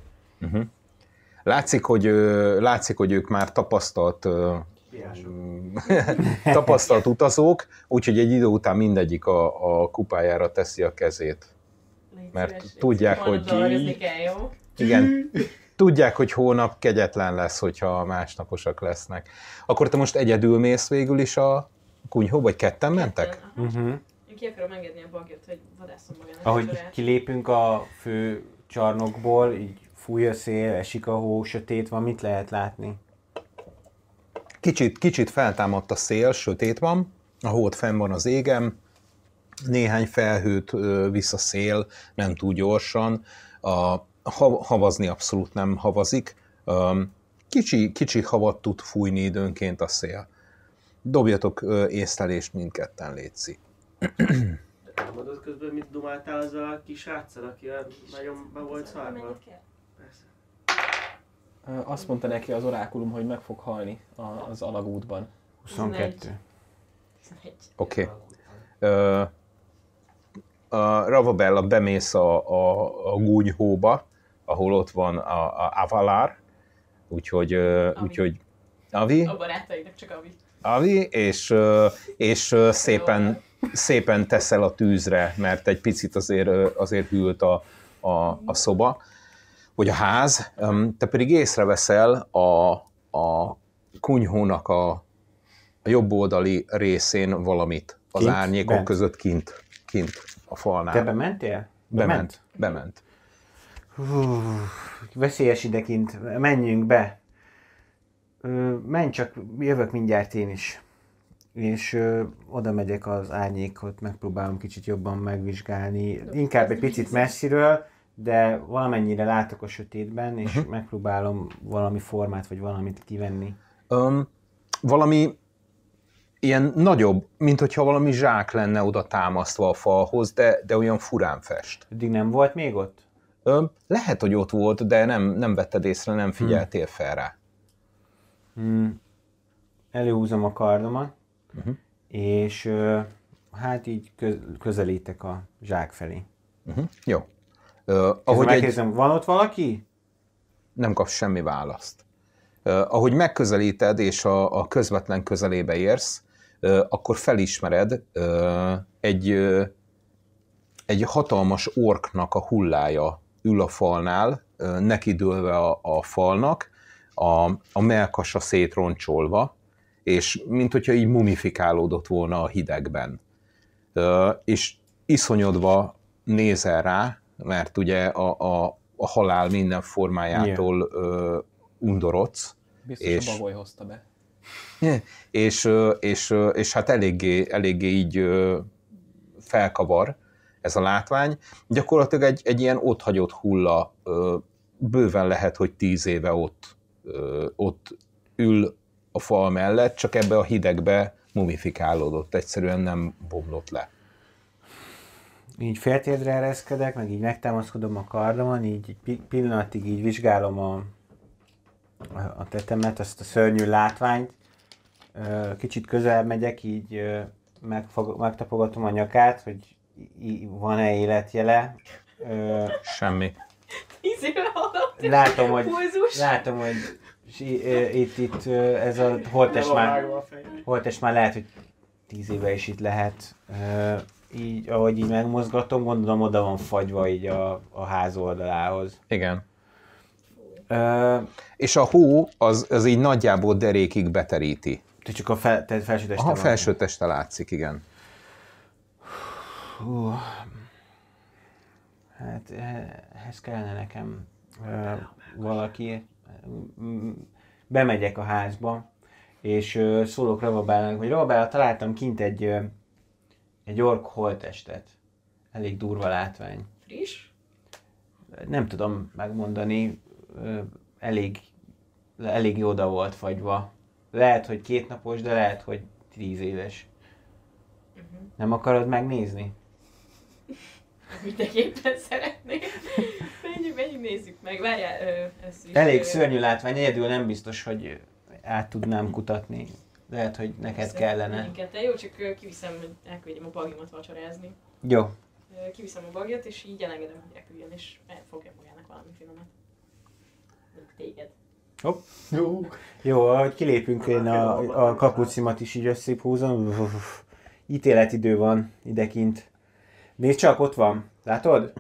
Látszik, hogy ők már Piások. tapasztalt utazók, úgyhogy egy idő után mindegyik a kupájára teszi a kezét. Légy Mert szíves, tudják, holnap hogy- dolgozni kell, jó? Igen, tudják, hogy hónap kegyetlen lesz, hogyha másnaposak lesznek. Akkor te most egyedül mész végül is a kunyhóba, vagy ketten mentek? Aha. Uh-huh. Én ki akarom engedni a bagyot, hogy vadászom magának Ahogy vacsorát. kilépünk a fő csarnokból, így fúj a szél, esik a hó, sötét van, mit lehet látni? Kicsit feltámadt a szél, sötét van, a hold fenn van az égen, néhány felhőt visz a szél, nem túl gyorsan, havazni abszolút nem havazik, kicsi havat tud fújni időnként a szél. Dobjatok észlelést mindketten, létszik. Elmondod közben, mit dumáltál azzal a kis sráccal, aki nagyon be volt szarva? Mennyit kell? Persze. Azt mondta neki az orákulum, hogy meg fog halni az alagútban. 22. 11. Oké. Ravabella, bemész a gúnyhóba, ahol ott van a Avalar, úgyhogy Avi, A barátainak csak Avi. Avi, és szépen teszel a tűzre, mert egy picit azért hűlt a szoba, vagy a ház. Te pedig észreveszel a kunyhónak a jobb oldali részén valamit. Az Kint? árnyékok Bent? között kint a falnál. Te bementél? Bement. Hú, veszélyes idekint, menjünk be. Menj csak, jövök mindjárt én is. És oda megyek az árnyékot, megpróbálom kicsit jobban megvizsgálni. Inkább egy picit messziről, de valamennyire látok a sötétben, és megpróbálom valami formát, vagy valamit kivenni. Valami ilyen nagyobb, mint hogyha valami zsák lenne oda támasztva a falhoz, de olyan furán fest. Eddig nem volt még ott? Lehet, hogy ott volt, de nem vetted észre, nem figyeltél fel rá. Előhúzom a kardomat, és hát így közelítek a zsák felé. Jó. Ahogy megkérdezem, van ott valaki? Nem kapsz semmi választ. Ahogy megközelíted, és a közvetlen közelébe érsz, akkor felismered egy hatalmas orknak a hullája ül a falnál, nekidőlve a falnak, a mellkasa szétroncsolva, és mint hogyha így mumifikálódott volna a hidegben. És iszonyodva nézel rá, mert ugye a halál minden formájától undorodsz. Biztos a bagoly hozta be. És hát eléggé így felkavar ez a látvány. Gyakorlatilag egy ilyen otthagyott hulla, bőven lehet, hogy 10 éve ott ül a fal mellett, csak ebbe a hidegbe mumifikálódott, egyszerűen nem bomlott le. Így féltérdre ereszkedek, meg így megtámaszkodom a kardomon, így egy pillanatig így vizsgálom a tetemet, azt a szörnyű látványt. Kicsit közel megyek, így megtapogatom a nyakát, hogy van-e életjele. Semmi. 10 éve halott. Látom, hogy itt ez a holttest már lehet, hogy 10 éve is itt lehet. Így, ahogy így megmozgatom, gondolom oda van fagyva így a ház oldalához. Igen. És a hó az így nagyjából derékig beteríti. Te csak a felső teste van. Felső teste látszik, igen. Hát ehhez kellene nekem valaki. Bemegyek a házba, és szólok Ravabának, hogy Ravabára találtam kint egy ork holttestet. Elég durva látvány. Friss? Nem tudom megmondani, elég oda volt fagyva. Lehet, hogy 2 napos, de lehet, hogy 10 éves. Nem akarod megnézni? Mindenképpen szeretném. Menjünk, nézzük meg. Várjál, ezt is. Elég szörnyű látvány, egyedül nem biztos, hogy át tudnám kutatni. Lehet, hogy neked kellene. Jó, csak kiviszem, hogy elküldjem a bagjamat vacsorázni. Jó. Kiviszem a bagjat, és így elengedem, hogy elküldjön, és elfogja magának valami finomat. Téged. Hopp. Jó, ahogy kilépünk, én a kapucimat is így összép húzom. Ítéletidő van idekint. Nézd csak, ott van. Látod?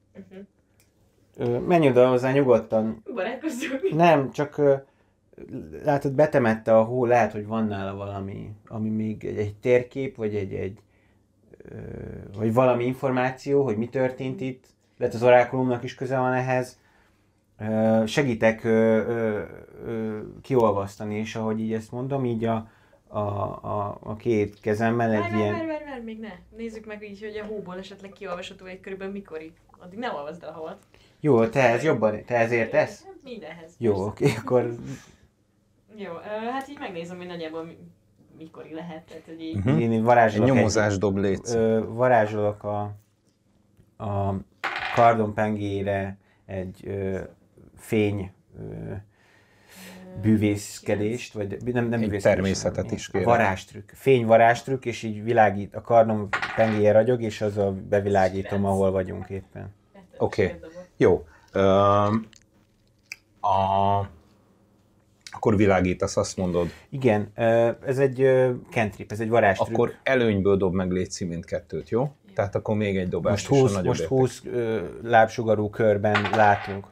Menj oda hozzá nyugodtan. Barátkozzunk. Nem, csak látod, betemette a hó, lehet, hogy van nála valami, ami még egy térkép, vagy vagy valami információ, hogy mi történt itt. Lehet az orákulumnak is köze van ehhez. Segítek kiolvasztani, és ahogy így ezt mondom, így a két kezemmel egy ilyen... Várj, még ne. Nézzük meg így, hogy a hóból esetleg kiolvasható egy körülbelül mikori. Addig ne olvasd el a havat. Jó, te ez értesz? Mindenhez. Jó, oké, akkor... Jó, hát így megnézem, hogy nagyjából mikori lehet. Tehát, hogy így... Én varázsolok nyomozás dob létsz. Varázsolok a kardom pengére egy fény bűvészkedést, vagy nem bűvészkedést. Természetet is kérem. Varázstrükk. Fény-varázstrükk, és így világít, a kardom pengéje ragyog, és azzal bevilágítom, ahol vagyunk éppen. Oké. Jó. Akkor világítasz, azt mondod. Igen, ez egy cantrip, ez egy varázstrükk. Akkor előnyből dob meg létszi mindkettőt, jó? Tehát akkor még egy dobás. Most 20 lábsugarú körben látunk.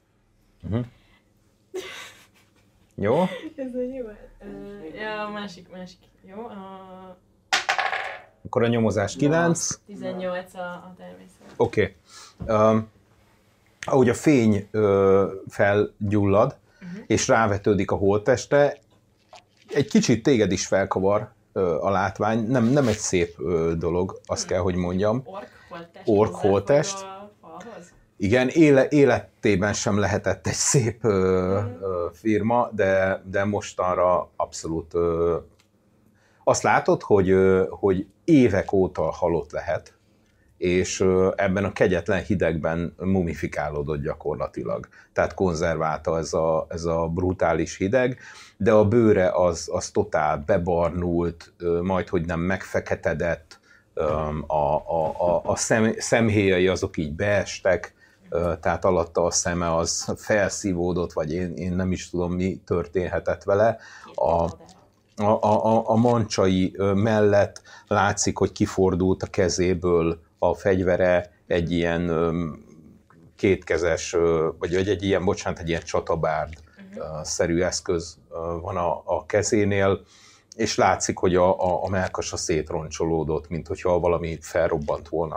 Jó? Ez egy jó. Ja, másik. Jó. Akkor a nyomozás 9. 18 a természet. Oké. Ahogy a fény felgyullad, és rávetődik a holttestre, egy kicsit téged is felkavar a látvány. Nem egy szép dolog, azt kell, hogy mondjam. Ork holttest. Igen, életében sem lehetett egy szép firma, de mostanra abszolút azt látod, hogy évek óta halott lehet, és ebben a kegyetlen hidegben mumifikálódott gyakorlatilag. Tehát konzerválta ez a brutális hideg, de a bőre az totál bebarnult, majdhogy nem megfeketedett, a szemhéjai azok így beestek, tehát alatta a szeme az felszívódott, vagy én nem is tudom, mi történhetett vele. A mancsai mellett látszik, hogy kifordult a kezéből a fegyvere, egy ilyen kétkezes, vagy egy ilyen csatabárd szerű eszköz van a kezénél. és látszik, hogy a mellkasa szétroncsolódott, mint hogyha valami felrobbant volna.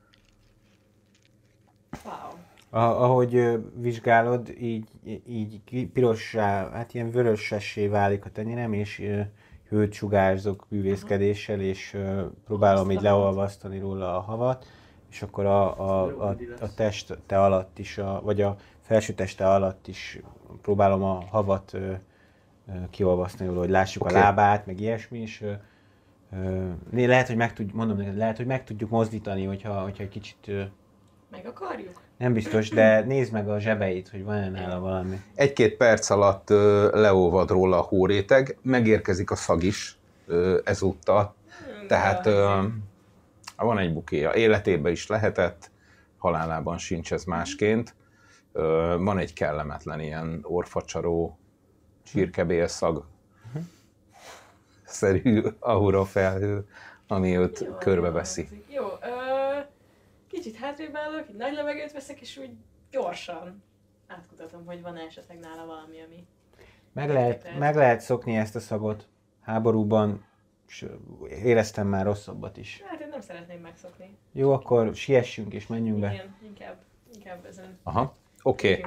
Wow. Ahogy vizsgálod, így pirossá, hát ilyen vörösessé válik a tenyerem, és hőt sugárzok bűvészkedéssel, és próbálom így leolvasztani róla a havat, és akkor a teste alatt is, vagy a felső teste alatt is próbálom a havat kiolvasztani róla, hogy lássuk a lábát, meg ilyesmi, és lehet, hogy meg tudjuk mozdítani, hogyha egy kicsit... Meg akarjuk? Nem biztos, de nézd meg a zsebeit, hogy van-e nála valami. 1-2 perc alatt leolvad róla a hóréteg, megérkezik a szag is ezúttal. Tehát van egy bukéja. Életében is lehetett, halálában sincs ez másként. Van egy kellemetlen ilyen orfacsaró csirkebélszag szerű aura felhő, ami őt körbeveszi. Jó, kicsit hátrébb állok, így nagy levegőt veszek, és úgy gyorsan átkutatom, hogy van esetleg nála valami, ami... Meg lehet szokni ezt a szagot. Háborúban éreztem már rosszabbat is. Hát én nem szeretném megszokni. Jó, akkor siessünk és menjünk be. Igen, inkább ezen. Aha, oké.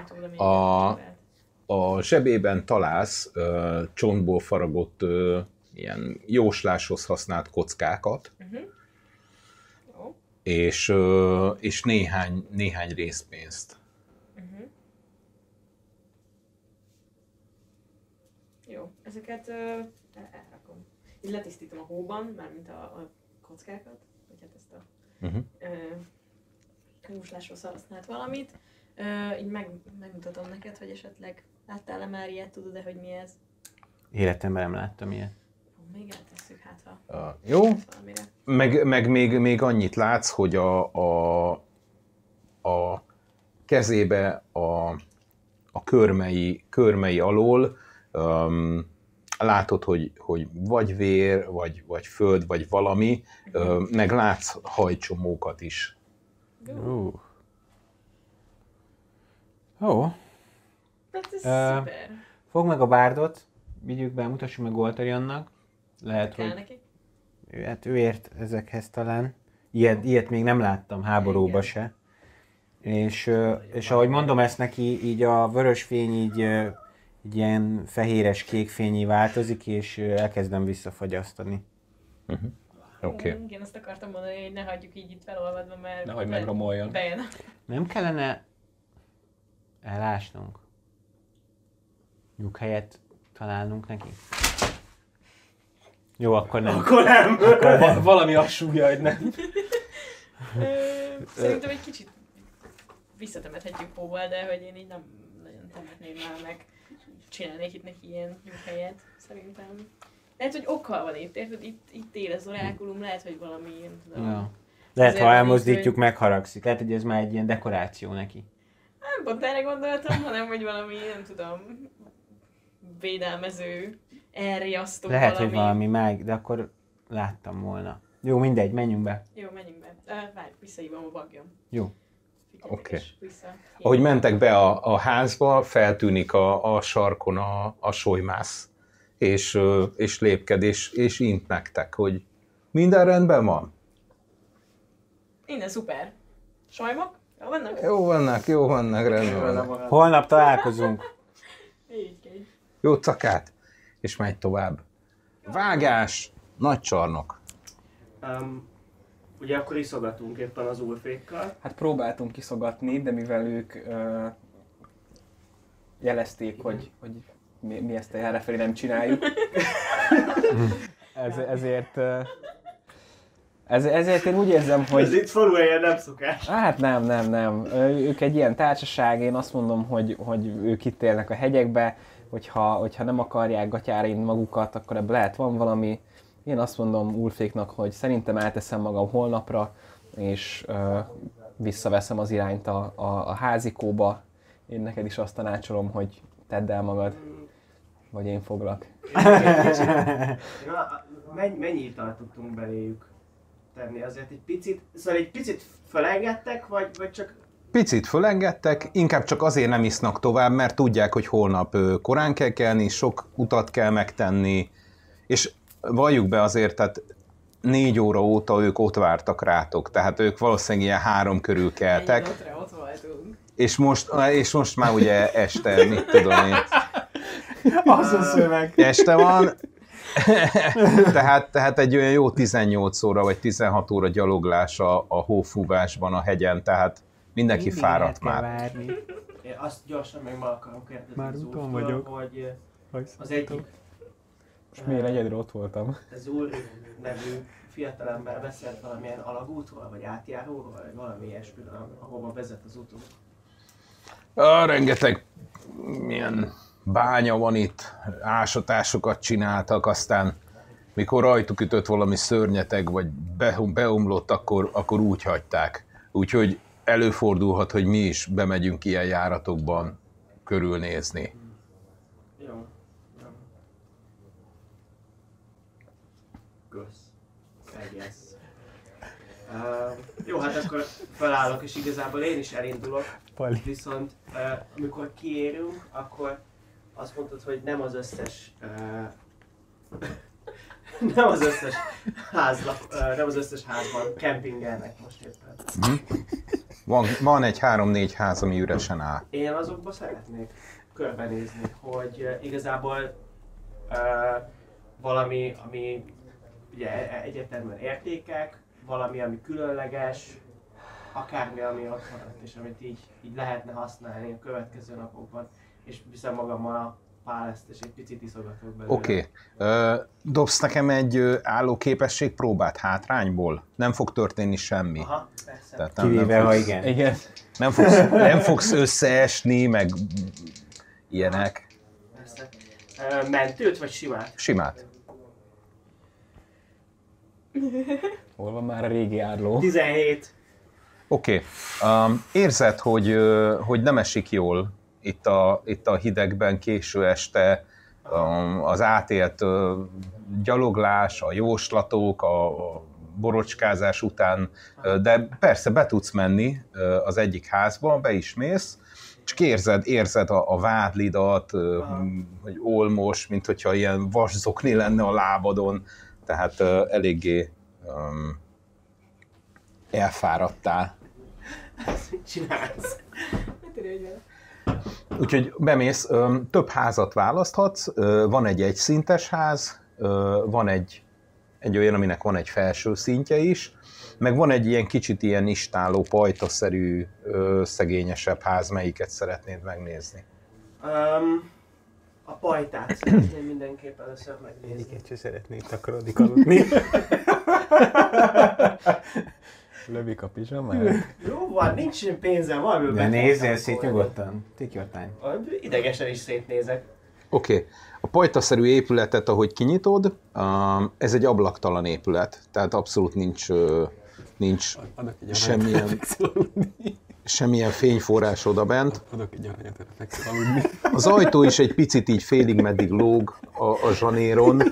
A zsebében találsz csontból faragott ilyen jósláshoz használt kockákat, és néhány részpénzt. Jó, ezeket elrakom. Így letisztítom a hóban, mármint a kockákat, vagy hát ezt a jósláshoz használt valamit. Így megmutatom neked, hogy esetleg láttál-e már ilyet, tudod-e, hogy mi ez? Életemben nem láttam ilyet. Még eltesszük, hát ha... Jó, meg még annyit látsz, hogy a kezébe a körmei alól látod, hogy vagy vér, vagy föld, vagy valami, meg látsz hajcsomókat is. Ó. Hát ez szuper. Fogd meg a bárdot, vigyük be, mutassuk meg Goltarionnak. Lehet, kell hogy neki? ő ért ezekhez talán. Ilyet még nem láttam háborúba se. És ahogy mondom ezt neki, így a vörös fény így ilyen fehéres kék fényi változik, és elkezdem visszafagyasztani. Oké. Igen, azt akartam mondani, hogy ne hagyjuk így itt felolvadva, mert... Nehogy megromoljon. Bejön. Nem kellene elásnunk? Nyughelyet találnunk neki? Jó, akkor nem. Akkor nem. Valami azt súgja, hogy nem. Szerintem egy kicsit visszatemethetjük hóval, de hogy én így nem nagyon temetném már meg. Csinálnék itt neki ilyen nyughelyet, szerintem. Lehet, hogy okkal van itt, érted? Itt él az orákulum, lehet, hogy valami ilyen, tudom. Ja. Lehet, Azért ha elmozdítjuk, hogy... megharagszik. Lehet, hogy ez már egy ilyen dekoráció neki. Nem pont erre gondoltam, hanem hogy valami, nem tudom, védelmező, elriasztó Lehet, valami. hogy valami mág, de akkor láttam volna. Jó, mindegy, menjünk be. Jó, menjünk be. Várj, visszahívom a bagyom. Jó. Oké. Vissza. Ahogy mentek be a házba, feltűnik a sarkon a solymász, és lépked, és int nektek, hogy minden rendben van? Minden szuper. Sajmok? Jó vannak, rendben van. Holnap találkozunk. Így. Jó cakát, és megy tovább. Vágás, nagy csarnok. Ugye akkor iszogatunk éppen az ulfékkal. Hát próbáltunk kiszogatni, de mivel ők jelezték, hogy mi ezt errefelé nem csináljuk. Ezért én úgy érzem, hogy... Ez itt faluhelyen nem szokás. Hát nem. Ők egy ilyen társaság, én azt mondom, hogy ők itt élnek a hegyekbe, hogyha nem akarják gatyára inni magukat, akkor ebből lehet van valami. Én azt mondom Ulféknak, hogy szerintem elteszem magam holnapra, és visszaveszem az irányt a házikóba. Én neked is azt tanácsolom, hogy tedd el magad, vagy én foglak. Mennyi italt tudtunk beléjük tenni? Azért egy picit felengedtek, vagy csak... Picit fölengedtek, inkább csak azért nem isznak tovább, mert tudják, hogy holnap korán kell kelni, sok utat kell megtenni, és valljuk be azért, tehát 4 óra óta ők ott vártak rátok, tehát ők valószínűleg ilyen 3 körül keltek. Ott voltunk. És most már ugye este, mit tudom én. Az a szöveg. Este van, tehát egy olyan jó 18 óra vagy 16 óra gyaloglás a hófúvásban a hegyen, tehát mindenki fáradt már. Várni. Én azt gyorsan meg akarom kérdezni Már az úton úrtól, vagyok. hogy az egyik Most miért egyedül ott voltam? az úr nevű fiatalember beszélt valamilyen alagútról, vagy átjáróról, vagy valami ilyesmiről, ahova vezet az utunk. Rengeteg milyen bánya van itt, ásatásokat csináltak, aztán mikor rajtuk ütött valami szörnyeteg, vagy beomlott, akkor úgy hagyták. Úgyhogy előfordulhat, hogy mi is bemegyünk ilyen járatokban körülnézni. Jó. Kösz. Egész. Jó, hát akkor felállok, és igazából én is elindulok. Pali. Viszont amikor kiérünk, akkor azt mondtad, hogy nem az összes nem az összes nem az összes házban kempingelnek most éppen. Van egy 3-4 ház, ami üresen áll. Én azokba szeretnék körbenézni, hogy igazából valami, ami ugye egyértelműen értékek, valami, ami különleges, akármi, ami ott maradt, és amit így lehetne használni a következő napokban, és viszem magammal a páleszt, és egy picit iszogatok belőle. Oké. Dobsz nekem egy állóképesség próbát hátrányból? Nem fog történni semmi. Aha, persze. Tehát Kivéve, ha igen. Igen. nem fogsz összeesni, meg ilyenek. Persze. Mentőt vagy simát? Simát. Hol van már a régi árló? 17. Oké. Érzed, hogy nem esik jól itt a hidegben késő este, az átélt gyaloglás, a jóslatok, a borocskázás után, de persze be tudsz menni az egyik házba, be is mész, csak érzed a vádlidat, hogy olmos, mint hogyha ilyen vaszokni lenne a lábadon, tehát eléggé elfáradtál. Mit csinálsz? Úgyhogy bemész, több házat választhatsz, van egy egyszintes ház, van egy olyan, aminek van egy felső szintje is, meg van egy ilyen kicsit ilyen istáló, pajtaszerű, szegényesebb ház, melyiket szeretnéd megnézni? A pajtát szeretném mindenképp először megnézni. Egyiket se szeretnék takarodik aludni. Lövik a pizsamát. Jó van, nincs pénzem, valamiből De nézzél szét nyugodtan. Take your time. Idegesen is szétnézek. Oké. A pajtaszerű épületet, ahogy kinyitod, ez egy ablaktalan épület, tehát abszolút nincs semmilyen fényforrás odabent. Adok egy aranyat, erre fekszel aludni. Az ajtó is egy picit így félig meddig lóg a zsanéron,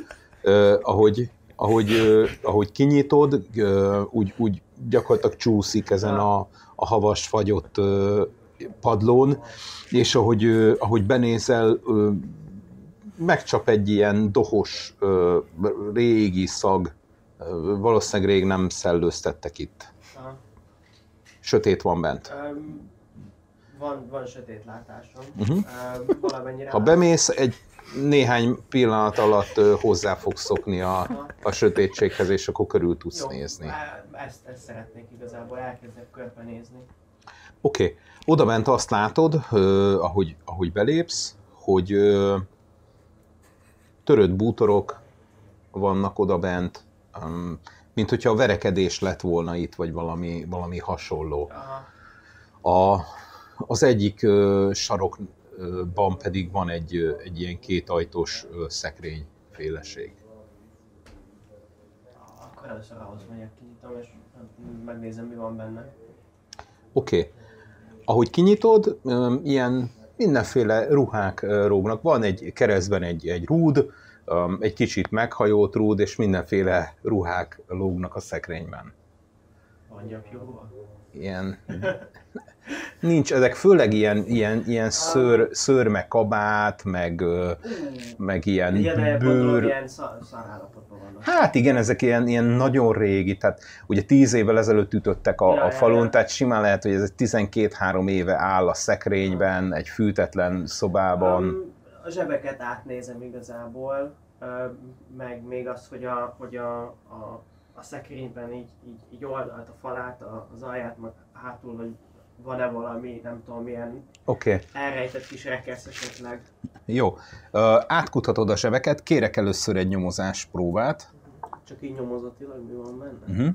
ahogy kinyitod, úgy gyakorlatilag csúszik ezen a havas fagyott padlón, és ahogy benézel, megcsap egy ilyen dohos, régi szag, valószínűleg rég nem szellőztettek itt. Aha. Sötét van bent. Van sötét látásom. Valamennyire. Ha bemész, egy néhány pillanat alatt hozzá fogsz szokni a sötétséghez, és akkor körül tudsz nézni. Ezt szeretnék igazából, elkezdek körbenézni. Oké. Odabent azt látod, ahogy belépsz, hogy törött bútorok vannak odabent, mint hogyha a verekedés lett volna itt, vagy valami hasonló. Aha. Az egyik sarokban pedig van egy ilyen kétajtós szekrényféleség. Akkor először ahhoz megyek, kinyitom, és megnézem, mi van benne. Oké. Ahogy kinyitod, ilyen mindenféle ruhák rógnak. Van egy keresztben egy rúd, egy kicsit meghajolt rúd, és mindenféle ruhák lógnak a szekrényben. Van gyapjúval? Ilyen Nincs, ezek főleg ilyen szőrmekabát, meg ilyen bőr. Ilyen szarállapotban vannak. Hát igen, ezek ilyen nagyon régi, tehát ugye 10 évvel ezelőtt ütöttek a falun, tehát simán lehet, hogy ez 12-3 éve áll a szekrényben, egy fűtetlen szobában. A zsebeket átnézem igazából, meg még az, hogy a szekrényben így oldalt a falát, az alját, meg hátul, hogy van-e valami, nem tudom, milyen elrejtett kis rekesz esetleg. Jó. Átkutatod a zsebeket, kérek először egy nyomozás próbát. Csak így nyomozatilag mi van benne?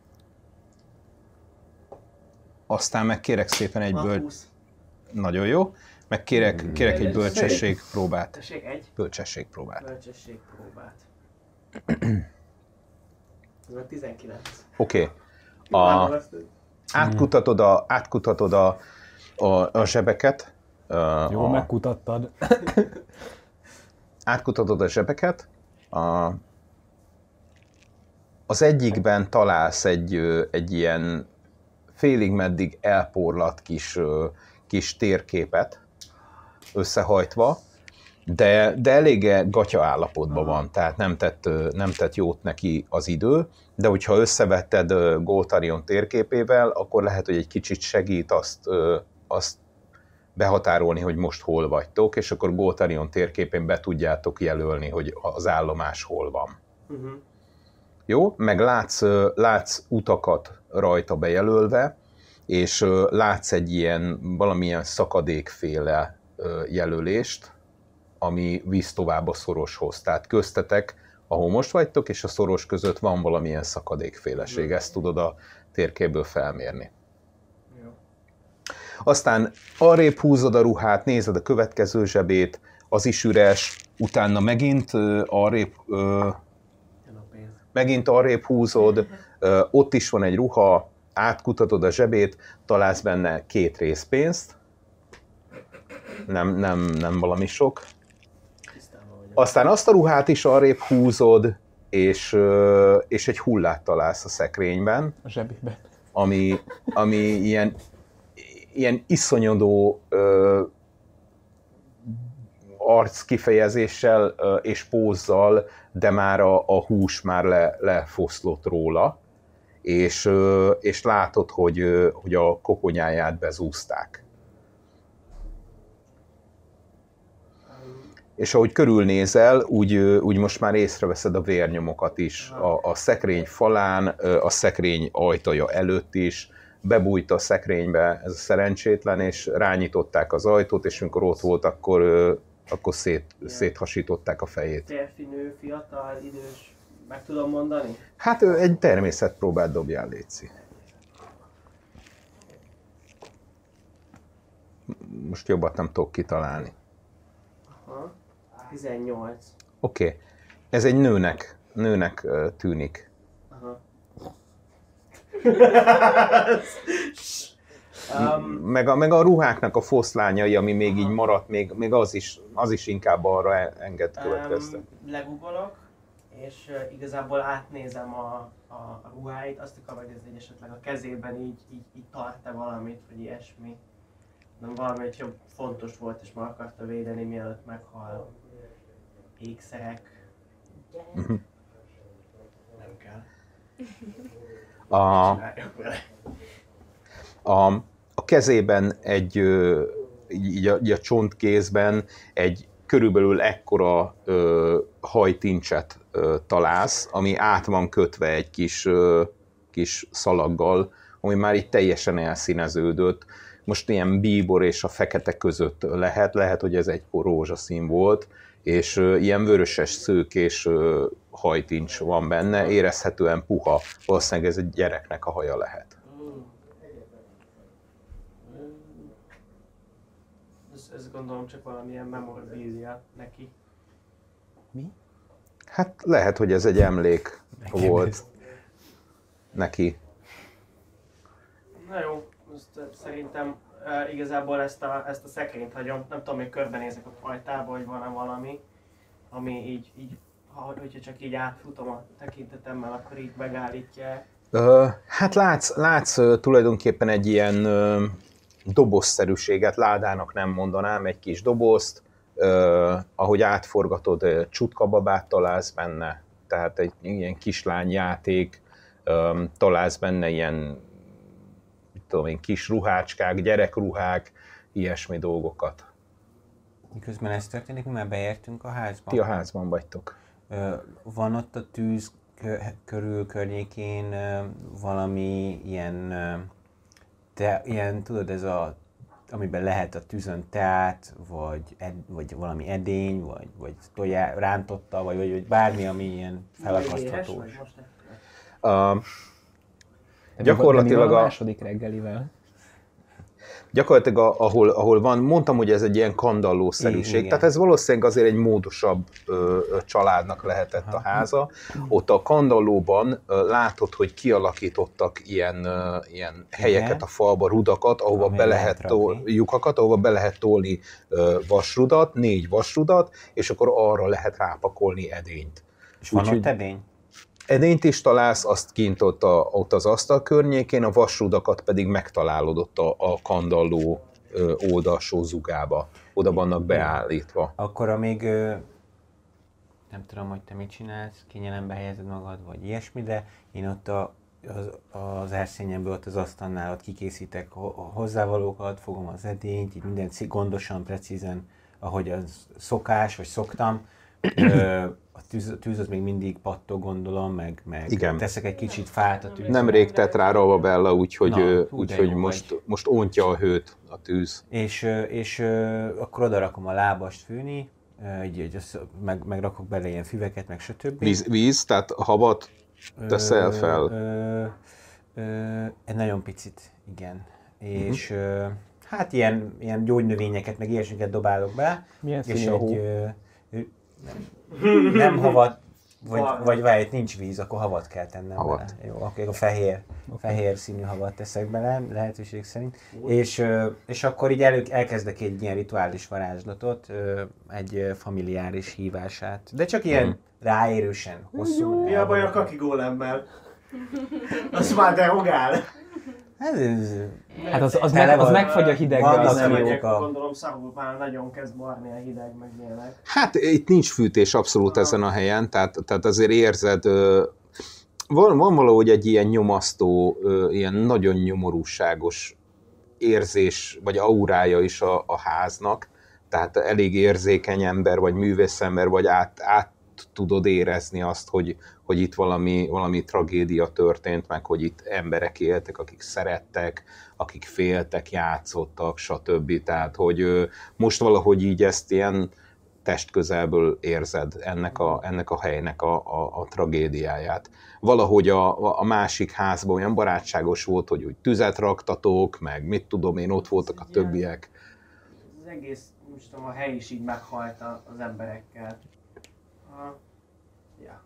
Aztán meg kérek szépen egy Nagyon jó. Meg kérek egy bölcsesség próbát. Tessék, egy? Bölcsesség próbát. Bölcsesség próbát. Ez már 19. Oké. Átkutatod a zsebeket. Jó, megkutattad. Átkutatod a zsebeket. Az egyikben találsz egy ilyen félig meddig elporlat kis térképet összehajtva, de elég gatya állapotban van, tehát nem tett jót neki az idő, de hogyha összevetted Goltarion térképével, akkor lehet, hogy egy kicsit segít azt behatárolni, hogy most hol vagytok, és akkor Goltarion térképén be tudjátok jelölni, hogy az állomás hol van. Jó? Meg látsz utakat rajta bejelölve, és látsz egy valamilyen szakadékféle jelölést, ami visz tovább a szoroshoz. Tehát köztetek, ahol most vagytok, és a szoros között van valamilyen szakadékféleség. Ezt tudod a térképből felmérni. Jó. Aztán arrébb húzod a ruhát, nézed a következő zsebét, az is üres, utána megint arrébb húzod, ott is van egy ruha, átkutatod a zsebét, találsz benne 2 részpénzt, nem valami sok. Aztán azt a ruhát is arrébb húzod, és egy hullát találsz a szekrényben. A zsebében. Ami ilyen iszonyodó arc kifejezéssel és pózzal, de már a hús már lefoszlott róla, és látod, hogy a koponyáját bezúzták. És ahogy körülnézel, úgy most már észreveszed a vérnyomokat is. A szekrény falán, a szekrény ajtaja előtt is, bebújt a szekrénybe ez a szerencsétlen, és rányitották az ajtót, és amikor ott volt, akkor széthasították a fejét. Férfi, nő, fiatal, idős, meg tudom mondani? Hát egy természetpróbát dobjál, létszi. Most jobbat nem tudok kitalálni. Aha. 18. Oké. Ez egy nőnek tűnik. Aha. Meg a ruháknak a foszlányai, ami még így maradt, még az is inkább arra enged következtetni. Legugolok, és igazából átnézem a ruháit, azt akarom megnézni, hogy esetleg a kezében így tart-e valamit, vagy ilyesmi. Nem valami, hogy jobb fontos volt, és meg akarta védeni, mielőtt meghal. Ékszerek. Nem kell. A kezében így a csontkézben egy körülbelül ekkora hajtincset találsz, ami át van kötve egy kis szalaggal, ami már így teljesen elszíneződött. Most ilyen bíbor és a fekete között lehet, hogy ez egykor rózsaszín volt, és ilyen vöröses szőkés hajtincs van benne, érezhetően puha, valószínűleg ez egy gyereknek a haja lehet. Ez gondolom csak valamilyen memorabilia neki. Mi? Hát lehet, hogy ez egy emlék volt neki. Na jó, szerintem igazából ezt a szekrényt hagyom. Nem tudom, még körbenézek a fajtába, hogy van-e valami, ami így hogyha csak így átfutom a tekintetemmel, akkor így megállítja. Hát látsz tulajdonképpen egy ilyen dobozszerűséget, ládának nem mondanám, egy kis dobozt, ahogy átforgatod, csutkababát találsz benne, tehát egy ilyen kislányjáték, találsz benne ilyen, mit tudom én, kis ruhácskák, gyerekruhák, ilyesmi dolgokat. Miközben ez történik, mi már beértünk a házba. Ti a házban vagytok. Van ott a tűz környékén valami ilyen, ilyen, tudod, ez a, amiben lehet a tűzön teát, vagy valami edény, vagy rántotta, vagy bármi, ami ilyen felakasztható. Gyakorlatilag a második reggelivel. Gyakorlatilag ahol van, mondtam, hogy ez egy ilyen kandallószerűség, tehát ez valószínűleg azért egy módosabb családnak lehetett a háza. Ott a kandallóban látod, hogy kialakítottak ilyen helyeket a falba, rudakat, ahova be lehet tolni vasrudat, 4 vasrudat, és akkor arra lehet rápakolni edényt. És van ott edény? Edényt is találsz, azt kint ott az asztal környékén, a vasrudakat pedig megtalálod ott a kandalló oldalsó zugába. Oda vannak beállítva. Akkor amíg nem tudom, hogy te mit csinálsz, kényelembe helyezed magad, vagy ilyesmi, de én ott az erszényemből, ott az asztalnál ott kikészítek hozzávalókat, fogom az edényt, így mindent gondosan, precízen, ahogy az szokás, vagy szoktam. A tűz az még mindig pattog, gondolom, meg teszek egy kicsit fát a tűzre. Nemrég tett rá Ravabella, úgyhogy most ontja a hőt a tűz. És akkor oda rakom a lábast fűni, megrakok bele ilyen füveket, meg stb. Víz, tehát havat teszel fel? Egy nagyon picit, igen. És hát ilyen gyógynövényeket, meg ilyesmiket dobálok be. Milyen színű a hó? Nem havat, vagy nincs víz, akkor havat kell tennem havat. Bele. Jó, akkor a fehér színű havat teszek bele, lehetőség szerint. És akkor így elkezdek egy ilyen rituális varázslatot, egy familiáris hívását. De csak ilyen ráérősen, hosszú. Mi a baj a kaki gólemmel? Az már derogál. Hát az megfagy a hidegbe. Gondolom szarul már nagyon kezd marni a hideg, meg ilyenek. Hát itt nincs fűtés abszolút ezen a helyen, tehát azért érzed, van valahogy egy ilyen nyomasztó, ilyen nagyon nyomorúságos érzés, vagy aurája is a háznak, tehát elég érzékeny ember, vagy művészember, vagy át tudod érezni azt, hogy itt valami tragédia történt, meg hogy itt emberek éltek, akik szerettek, akik féltek, játszottak, stb. Tehát, hogy most valahogy így ezt ilyen testközelből érzed ennek a helynek a tragédiáját. Valahogy a másik házban olyan barátságos volt, hogy úgy tüzet raktatok, meg mit tudom én, ott voltak a többiek. Az egész, most tudom, a hely is így meghalt az emberekkel. Ja.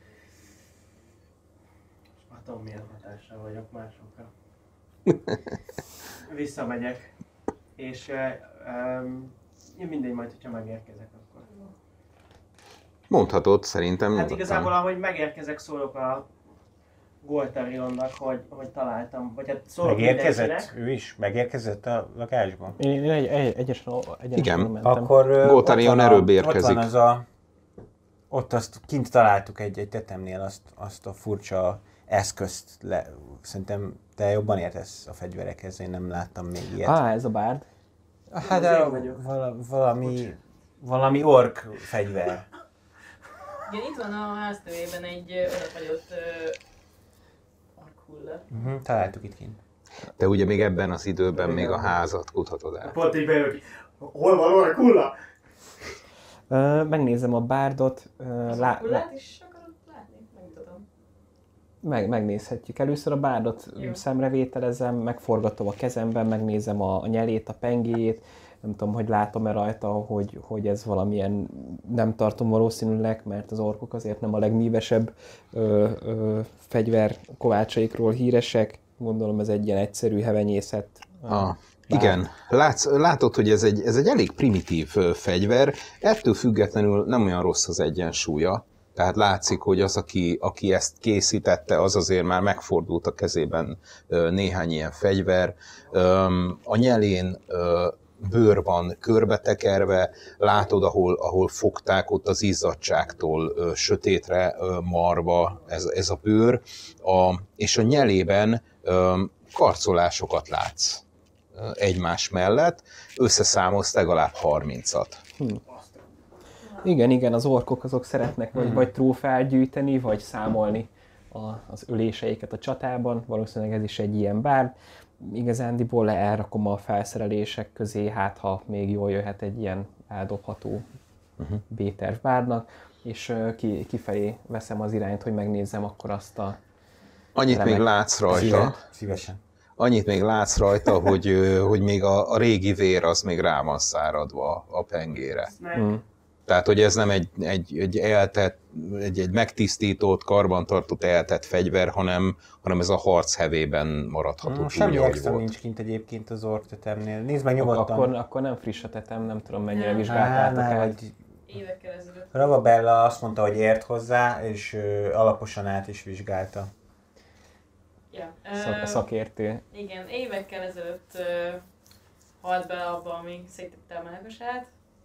Most tudom, milyen hatással vagyok másokra. Visszamegyek. És mindegy, majd, hogyha megérkezek, akkor. Mondhatod, szerintem. Hát igazából, ahogy megérkezek, szólok a Goltarionnak, hogy találtam, vagy hát szólok megérkezett? Mindenkinek. Ő is? Megérkezett a lakásba? Én egyesen igen, mentem. Akkor Goltarion előbb érkezik. Ott van ott azt kint találtuk egy tetemnél azt a furcsa eszközt. Szerintem te jobban értesz a fegyverekhez, én nem láttam még ilyet. Ez a bárd? Hát valami ork fegyver. Igen, itt van a háztőjében egy örökhagyott orkhulla. Találtuk itt kint. De ugye még ebben az időben még a házat kutatod el. Pont így bejövök, hol van orkulla? Megnézem a bárdot. Orkullát is akarod látni? Megmutatom. Megnézhetjük. Először a bárdot szemrevételezem, megforgatom a kezemben, megnézem a nyelét, a pengéjét. Nem tudom, hogy látom-e rajta, hogy ez valamilyen, nem tartom valószínűleg, mert az orkok azért nem a legmívesebb fegyver kovácsaikról híresek. Gondolom ez egy ilyen egyszerű hevenyészet. Igen, látod, hogy ez egy elég primitív fegyver, ettől függetlenül nem olyan rossz az egyensúlya. Tehát látszik, hogy az, aki ezt készítette, az azért már megfordult a kezében néhány ilyen fegyver. A nyelén bőr van körbetekerve, látod, ahol fogták, ott az izzadságtól sötétre marva ez a bőr, és a nyelében karcolásokat látsz egymás mellett, összeszámolsz legalább 30-at. Igen, az orkok azok szeretnek vagy trófeát gyűjteni, vagy számolni az öléseiket a csatában, valószínűleg ez is egy ilyen bár. Igazándiból elrakom a felszerelések közé, hát ha még jól jöhet egy ilyen eldobható B-terv bárnak, és kifelé veszem az irányt, hogy megnézzem akkor azt a... Annyit még látsz rajta. Szívesen. Annyit még látsz rajta, hogy még a régi vér az még rá van száradva a pengére. Tehát, hogy ez nem egy eltett, egy megtisztított, karbantartott eltett fegyver, hanem ez a harc hevében maradható. Semmi extra nincs kint egyébként az ork tetemnél. Nézd meg nyugodtan. Akkor nem friss a tetem, nem tudom mennyire vizsgáltátok el. Évekkel ezelőtt. Ravabella azt mondta, hogy ért hozzá, és alaposan át is vizsgálta. Ja. Szakértő. Igen, évekkel ezelőtt halt bele abba, ami széttette a melkasát.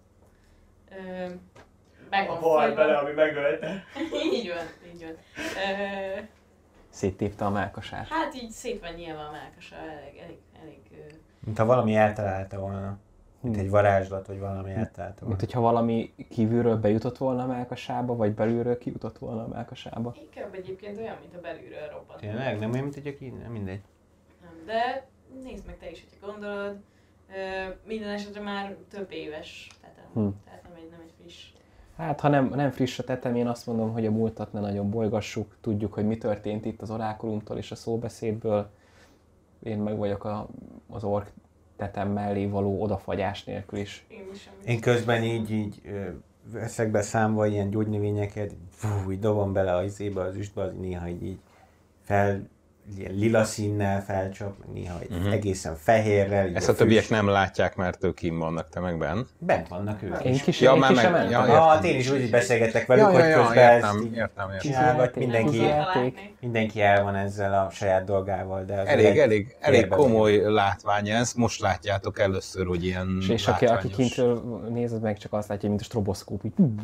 Halt bele, ami megölte. Így van. Széttépte a melkasát. Hát így szét van nyilva a melkasa, elég... Mintha valami eltalálta volna. Mint egy varázslat, vagy valami eltalálta volna. Mint hogyha valami kívülről bejutott volna a melkasába, vagy belülről kijutott volna a melkasába. Inkább egyébként olyan, mint a belülről robbant. Tényleg? Nem olyan, mint hogy aki... Nem mindegy. Nem, de nézd meg te is, hogyha gondolod. Minden esetre már több éves tetem, tehát nem egy friss. Hát, ha nem friss a tetem, én azt mondom, hogy a múltat ne nagyon bolygassuk. Tudjuk, hogy mi történt itt az orákulumtól és a szóbeszédből. Én meg vagyok az ork tetem mellé való odafagyás nélkül is. Én közben így veszek be számba ilyen gyógynövényeket, így dobom bele az üstbe, az néha így ilyen lila színnel felcsap, néha egészen fehérrel. Ezt a többiek nem látják, mert ők kint vannak, te meg benn. Bent vannak ők. Én kis mentem. Én is úgy beszélgetek velük, hogy közben értem. csinálgat, mindenki el van ezzel a saját dolgával. De az elég komoly látvány ez, most látjátok először, hogy ilyen és aki kintről nézed meg, csak azt látja, mint a stroboszkóp.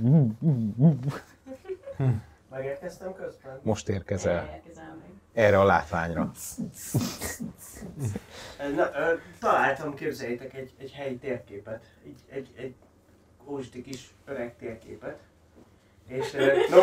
Megérkeztem közben? Most érkezel. Erre a látványra. Találtam, képzeljétek, egy helyi térképet. Egy ózsdi kis öreg térképet. És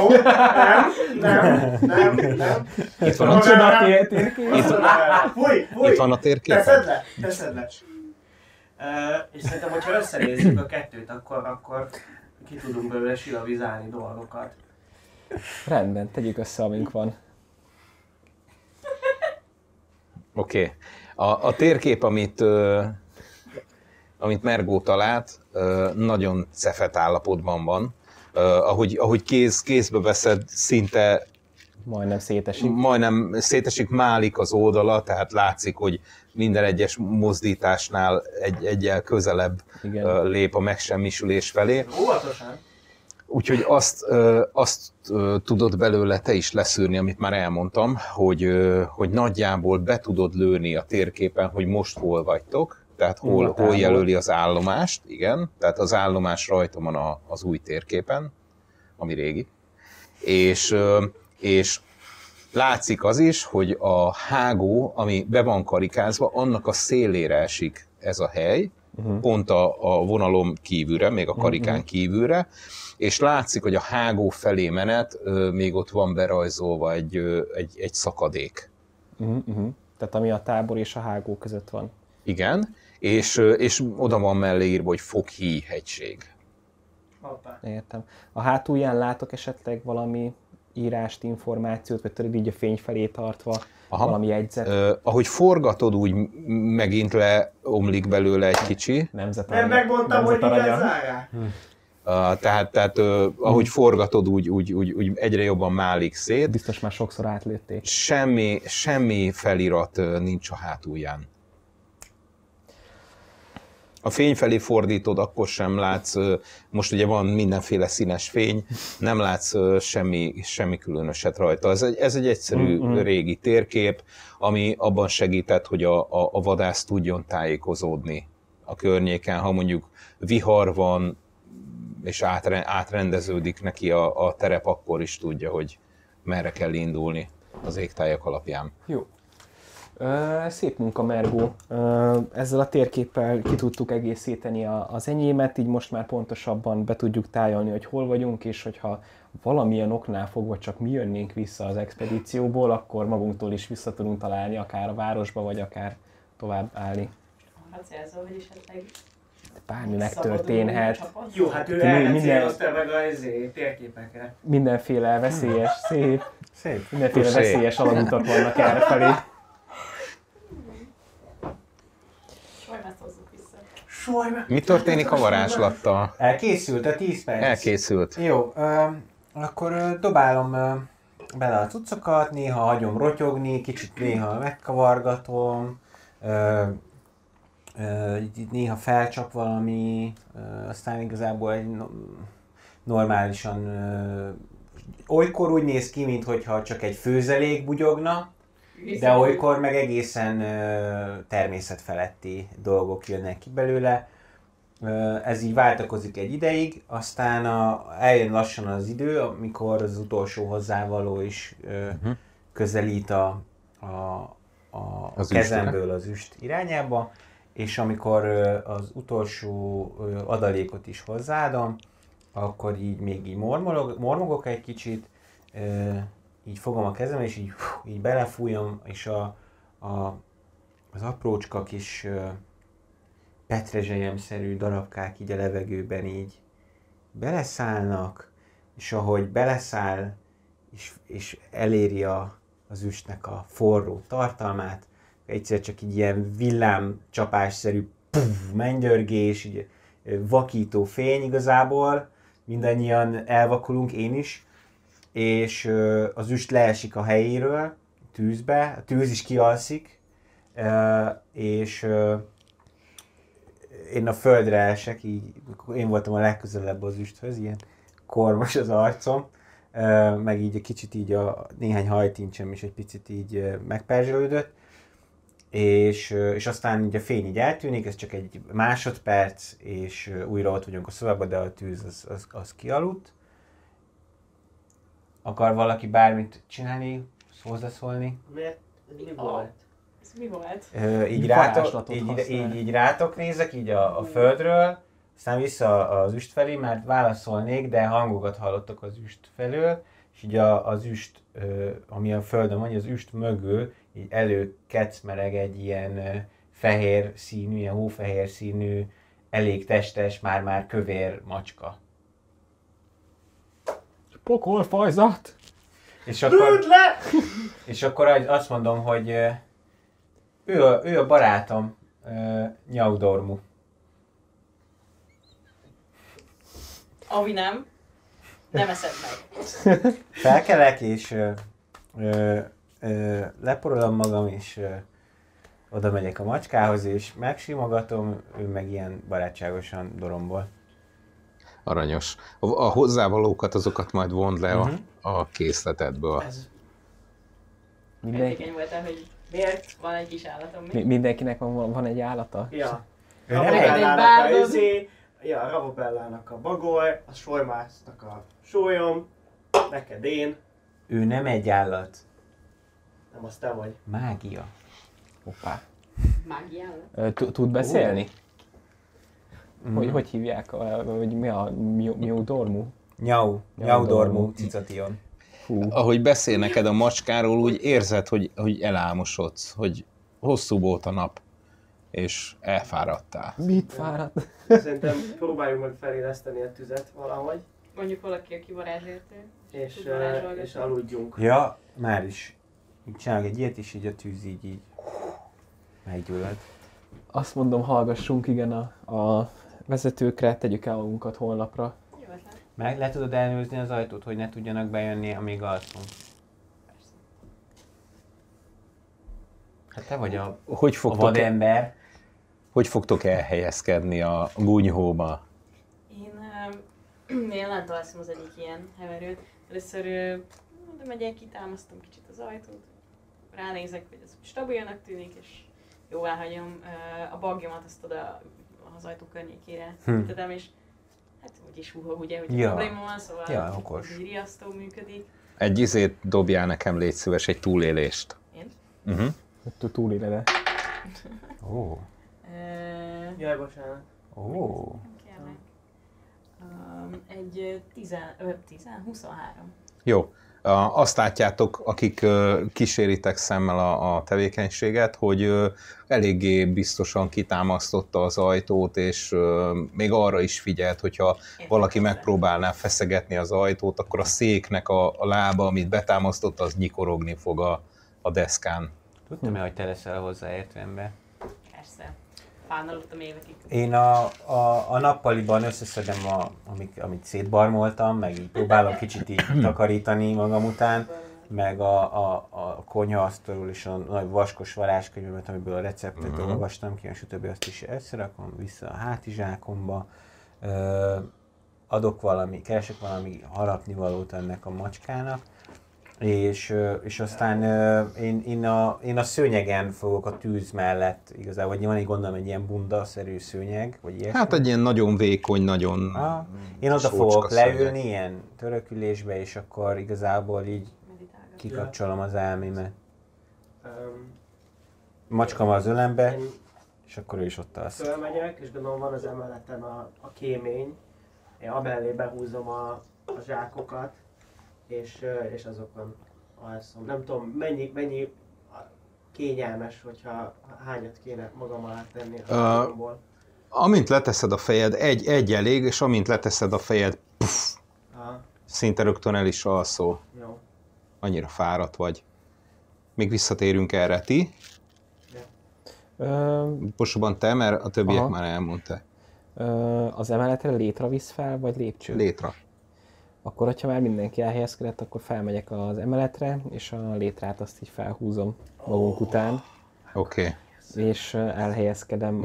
nem. Itt van a térkép. Itt van a térkép. Teszed le. És szerintem, hogyha összenézzük a kettőt, akkor ki tudunk belőle silavizálni dolgokat. Rendben, tegyük össze, amink van. Oké. A térkép, amit Mergó talált, nagyon cefet állapotban van. Ahogy kézbe veszed, szinte majdnem szétesik, málik az oldala, tehát látszik, hogy minden egyes mozdításnál egyel közelebb lép a megsemmisülés felé. Óvatosan! Úgyhogy azt tudod belőle te is leszűrni, amit már elmondtam, hogy nagyjából be tudod lőni a térképen, hogy most hol vagytok, tehát hol jelöli az állomást, igen, tehát az állomás rajta van az új térképen, ami régi, és látszik az is, hogy a hágó, ami be van karikázva, annak a szélére esik ez a hely, pont a vonalom kívülre, még a karikán kívülre, és látszik, hogy a hágó felé menet, még ott van berajzolva egy szakadék. Tehát ami a tábor és a hágó között van. Igen, és oda van mellé írva, hogy Foghíj hegység. Hoppá. Értem. A hátulján látok esetleg valami írást, információt, vagy tudod így a fény felé tartva, valami jegyzet? Ahogy forgatod, úgy megint leomlik belőle egy kicsi. Nem megmondtam, hogy igen zárják. Tehát ahogy forgatod, úgy egyre jobban málik szét. Biztos már sokszor átlőtték. Semmi felirat nincs a hátulján. A fény felé fordítod, akkor sem látsz, most ugye van mindenféle színes fény, nem látsz semmi különöset rajta. Ez egy egyszerű régi térkép, ami abban segített, hogy a vadász tudjon tájékozódni a környéken. Ha mondjuk vihar van, és átrendeződik neki a terep, akkor is tudja, hogy merre kell indulni az égtájak alapján. Jó. Szép munka, Mergó. Ezzel a térképpel ki tudtuk egészíteni az enyémet, így most már pontosabban be tudjuk tájolni, hogy hol vagyunk, és hogyha valamilyen oknál fogva csak mi jönnénk vissza az expedícióból, akkor magunktól is vissza tudunk találni, akár a városba, vagy akár tovább állni. A célzó, hogy esetleg Bármi megtörténhet. Jó, hát ő elcélozta meg a térképekre. Mindenféle veszélyes, szép. Mindenféle Szép. veszélyes alagutak vannak errefelé. Sajnát hozzuk vissza. Mi történik a varázslattal? Elkészült a 10 perc? Elkészült. Jó, akkor dobálom bele a cuccokat, néha hagyom rotyogni, kicsit néha megkavargatom, néha felcsap valami, aztán igazából egy normálisan olykor úgy néz ki, mintha csak egy főzelék bugyogna, de olykor meg egészen természetfeletti dolgok jönnek ki belőle. Ez így váltakozik egy ideig, aztán eljön lassan az idő, amikor az utolsó hozzávaló is közelít a kezemből az üst irányába, és amikor az utolsó adalékot is hozzáadom, akkor így még így mormogok egy kicsit, így fogom a kezem, és így belefújom, és az aprócska kis petrezselyemszerű darabkák így a levegőben így beleszállnak, és ahogy beleszáll, és eléri az üstnek a forró tartalmát, egyszer csak így ilyen villámcsapásszerű mennydörgés, így vakító fény igazából, mindannyian elvakulunk, én is, és az üst leesik a helyéről, tűzbe, a tűz is kialszik, és én a földre esek, így én voltam a legközelebb az üsthöz, ilyen kormos az arcom, meg így egy kicsit így a néhány hajtincsem is egy picit így megperzselődött, és aztán így a fény így eltűnik, ez csak egy másodperc, és újra ott vagyunk a szobában, de a tűz az kialudt. Akar valaki bármit csinálni, hozzászólni? Miért? Mi volt? Ez mi volt? Így rátok nézek, így a földről, aztán vissza az üst felé, mert válaszolnék, de hangokat hallottak az üst felől, és így az üst, ami a földön van, az üst mögül így előkecmereg egy ilyen fehér színű, ilyen hófehér színű, elég testes, már kövér macska. Pokolfajzat! És akkor azt mondom, hogy ő a barátom, Nyaudormu. Ami nem eszed meg. Felkelek, és leporolom magam, és oda megyek a macskához, és megsimogatom, ő meg ilyen barátságosan dorombol. Aranyos. A hozzávalókat, azokat majd vond le a készletedből. Érzékeny voltál, hogy miért van egy kis állatom még? Mindenkinek van egy állata? Ja. Ravabellának a bagoly, a Solymásznak a sólyom, neked én. Ő nem egy állat. Nem, az te vagy. Mágia. Hoppá. Mágiálat? Tud beszélni? Hogy hívják? Hogy mi a Nyaudormu? Nyaudormu cication. Ahogy beszél neked a macskáról, úgy érzed, hogy elálmosodsz, hogy hosszú volt a nap, és elfáradtál. Mit fáradt? Szerintem próbáljuk meg feléleszteni a tüzet valahogy. Mondjuk valaki, aki varázsértő. És aludjunk. Ja, már is. Így csinálok egy ilyet, és így a tűz így meggyullad. Azt mondom, hallgassunk igen a vezetőkre, tegyük el magunkat holnapra. Meg le tudod elnőzni az ajtót, hogy ne tudjanak bejönni, amíg alszunk? Hát te vagy a vadember. Hogy fogtok elhelyezkedni a gúnyhóba? Én letalálszom az egyik ilyen heverőt. Először de megyek, kitámasztom kicsit az ajtót, ránézek, hogy ez stabilnak tűnik, és jóvá hagyom a bagjomat, azt oda az ajtó környékére ütetem, és hát úgyis húhog, ugye, hogy probléma van, szóval okos. egy riasztó működik. Egy izét dobjál nekem, légy szíves, egy túlélést. Én? Túléled-e? Ó. Jaj, bocsánat. Ó. Kérlek. Egy 23. Jó. Azt látjátok, akik kíséritek szemmel a tevékenységet, hogy eléggé biztosan kitámasztotta az ajtót, és még arra is figyelt, hogyha valaki megpróbálná feszegetni az ajtót, akkor a széknek a lába, amit betámasztott, az nyikorogni fog a deszkán. Tudtam-e, hogy te leszel hozzáértő ember? Persze. Fánaludtam évekig. Én a nappaliban összeszedem, amit szétbarmoltam, meg így próbálom kicsit így takarítani magam után, meg a konyhaasztalról is a nagy vaskos varázskönyvemet, amiből a receptet olvastam ki, és többi azt is összerakom vissza a hátizsákomba. Keresek valami harapnivalót ennek a macskának, és aztán én a szőnyegen fogok a tűz mellett igazából, vagy van egy gondolom egy ilyen bunda-szerű szőnyeg, vagy ilyesmi. Hát egy ilyen nagyon vékony, nagyon én oda fogok szőnyeg. leülni ilyen törökülésbe, és akkor igazából így kikapcsolom az elmémet. Macskam az ölembe, és akkor ő is ott alszik. Fölmegyek, és gondolom van az emeleten a kémény. Én amellé behúzom a zsákokat, és azokon alszom. Nem tudom, mennyi kényelmes, hogyha hányat kéne magam alá tenni a hangomból. Amint leteszed a fejed, egy elég, és amint leteszed a fejed, puff, szinte rögtön el is alszol. Jó. Annyira fáradt vagy. Még visszatérünk erre, ti? Pontosabban te, mert a többiek már elmondták. Az emeletre létre visz fel, vagy lépcső? Létre. Akkor, hogyha már mindenki elhelyezkedett, akkor felmegyek az emeletre, és a létrát azt így felhúzom magunk után. Oké. És elhelyezkedem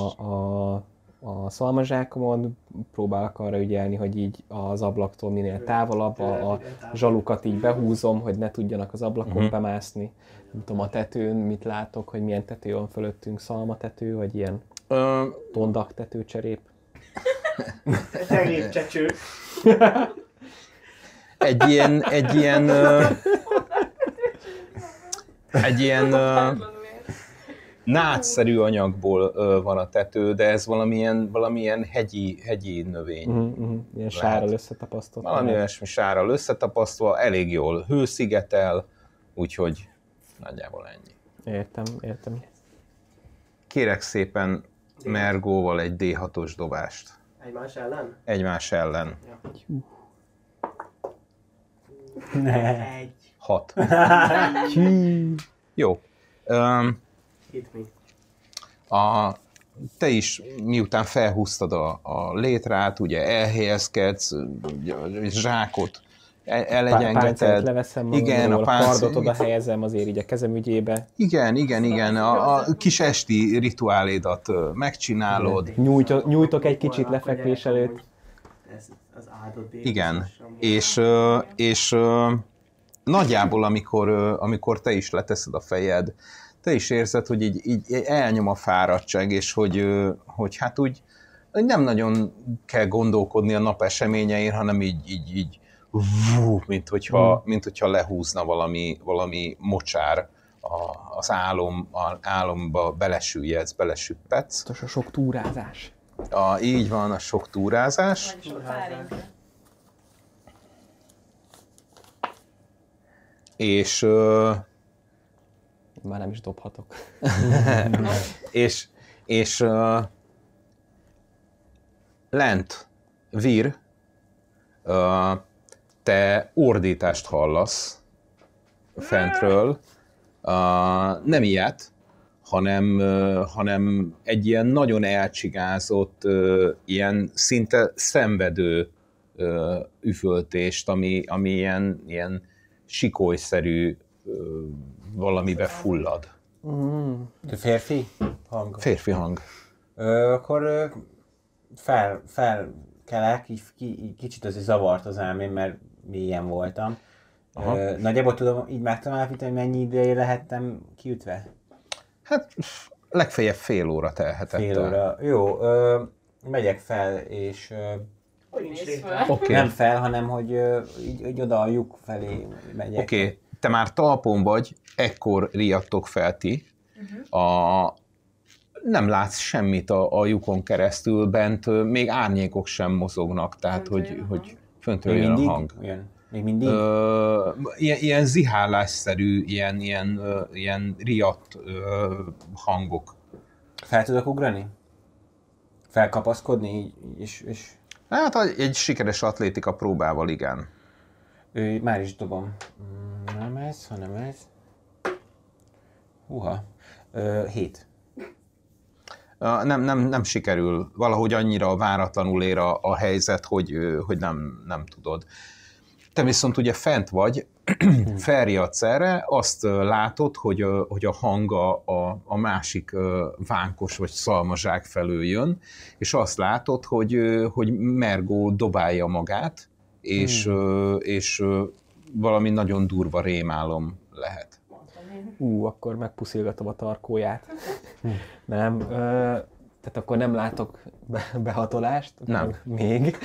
a szalmazsákomon, próbálok arra ügyelni, hogy így az ablaktól minél távolabb, a zsalukat így behúzom, hogy ne tudjanak az ablakon bemászni. Nem tudom, a tetőn mit látok, hogy milyen tető van fölöttünk, szalmatető, vagy ilyen tondak tetőcserép. Cserépcsecső. Egy ilyen nátszerű anyagból van a tető, de ez valamilyen hegyi növény. Ilyen sárral összetapasztott. Valami olyasmi sárral összetapasztva, elég jól hőszigetel, úgyhogy nagyjából ennyi. Értem. Kérek szépen Mergóval egy D6-os dobást. Egymás ellen? Egymás ellen. Ja. Egy. 6. Jó. Hit me. Te is, miután felhúztad a létrát, ugye elhelyezkedsz, zsákot elengedted. Leveszem magamról, a kardot oda helyezem azért így a kezem ügyébe. Igen. A kis esti rituálédat megcsinálod. Nyújtok egy kicsit lefekvés előtt. Ez az áldott dél. Igen. És nagyjából, amikor te is leteszed a fejed, te is érzed, hogy így elnyom a fáradtság, és hogy hát úgy nem nagyon kell gondolkodni a nap eseményein, hanem így mint hogyha lehúzna valami mocsár az álomba, belesüllyedsz, belesüppedsz. A sok túrázás. Így van, a sok túrázás. És már nem is dobhatok. és lent, Vir, te ordítást hallasz fentről. Nem ilyet, hanem egy ilyen nagyon elcsigázott, ilyen szinte szenvedő üvöltést, ami ilyen sikolyszerű valamibe fullad. De férfi hang? Férfi hang. Akkor felkelek, így kicsit azért zavart az elmém, mert mélyen voltam. Nagyjából tudom, így meg tudom állapítani, hogy mennyi ideje lehettem kiütve? Hát legfeljebb fél óra telhetett. Fél óra. Jó, megyek fel, és Okay. nem fel, hanem hogy így oda a lyuk felé megyek. Oké, te már talpon vagy, ekkor riadtok fel ti. Nem látsz semmit a lyukon keresztül, bent még árnyékok sem mozognak, tehát hogy föntről jön a hang. Még mindig? Ilyen zihálásszerű, ilyen riadt hangok. Fel tudok ugrani? Felkapaszkodni? És... Hát egy sikeres atlétika próbával, igen. Már is dobom. Nem ez, hanem ez. Húha. 7. Nem sikerül. Valahogy annyira váratlanul ér a helyzet, hogy nem tudod. Te viszont ugye fent vagy, felriadsz erre, azt látod, hogy a hang a másik vánkos vagy szalmazsák felől jön, és azt látod, hogy Mergó dobálja magát, és valami nagyon durva rémálom lehet. Akkor megpuszilgatom a tarkóját. Nem, tehát akkor nem látok behatolást. Nem. Még.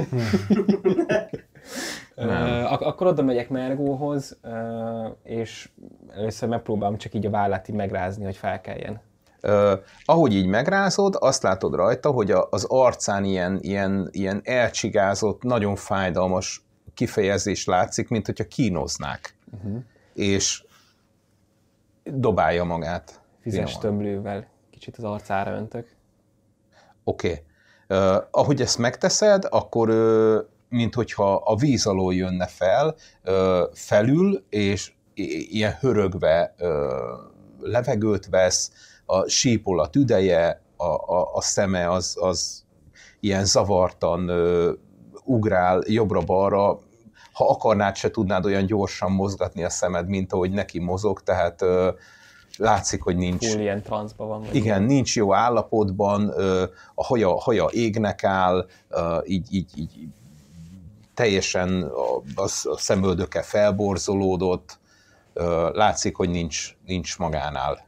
Akkor oda megyek Mergóhoz, és először megpróbálom csak így a vállát így megrázni, hogy felkeljen. Ahogy így megrázod, azt látod rajta, hogy az arcán ilyen elcsigázott, nagyon fájdalmas kifejezés látszik, mint hogyha kínoznák. És dobálja magát. Vizes tömlővel kicsit az arcára öntök. Oké. Ahogy ezt megteszed, akkor mint hogyha a víz alól jönne felül, és ilyen hörögve levegőt vesz, sípol a tüdeje, a szeme az ilyen zavartan ugrál jobbra-balra. Ha akarnád, se tudnád olyan gyorsan mozgatni a szemed, mint ahogy neki mozog, tehát látszik, hogy nincs... Full ilyen transzban van. Igen, nincs jó állapotban, a haja égnek áll, így teljesen a szemöldöke felborzolódott, látszik, hogy nincs magánál.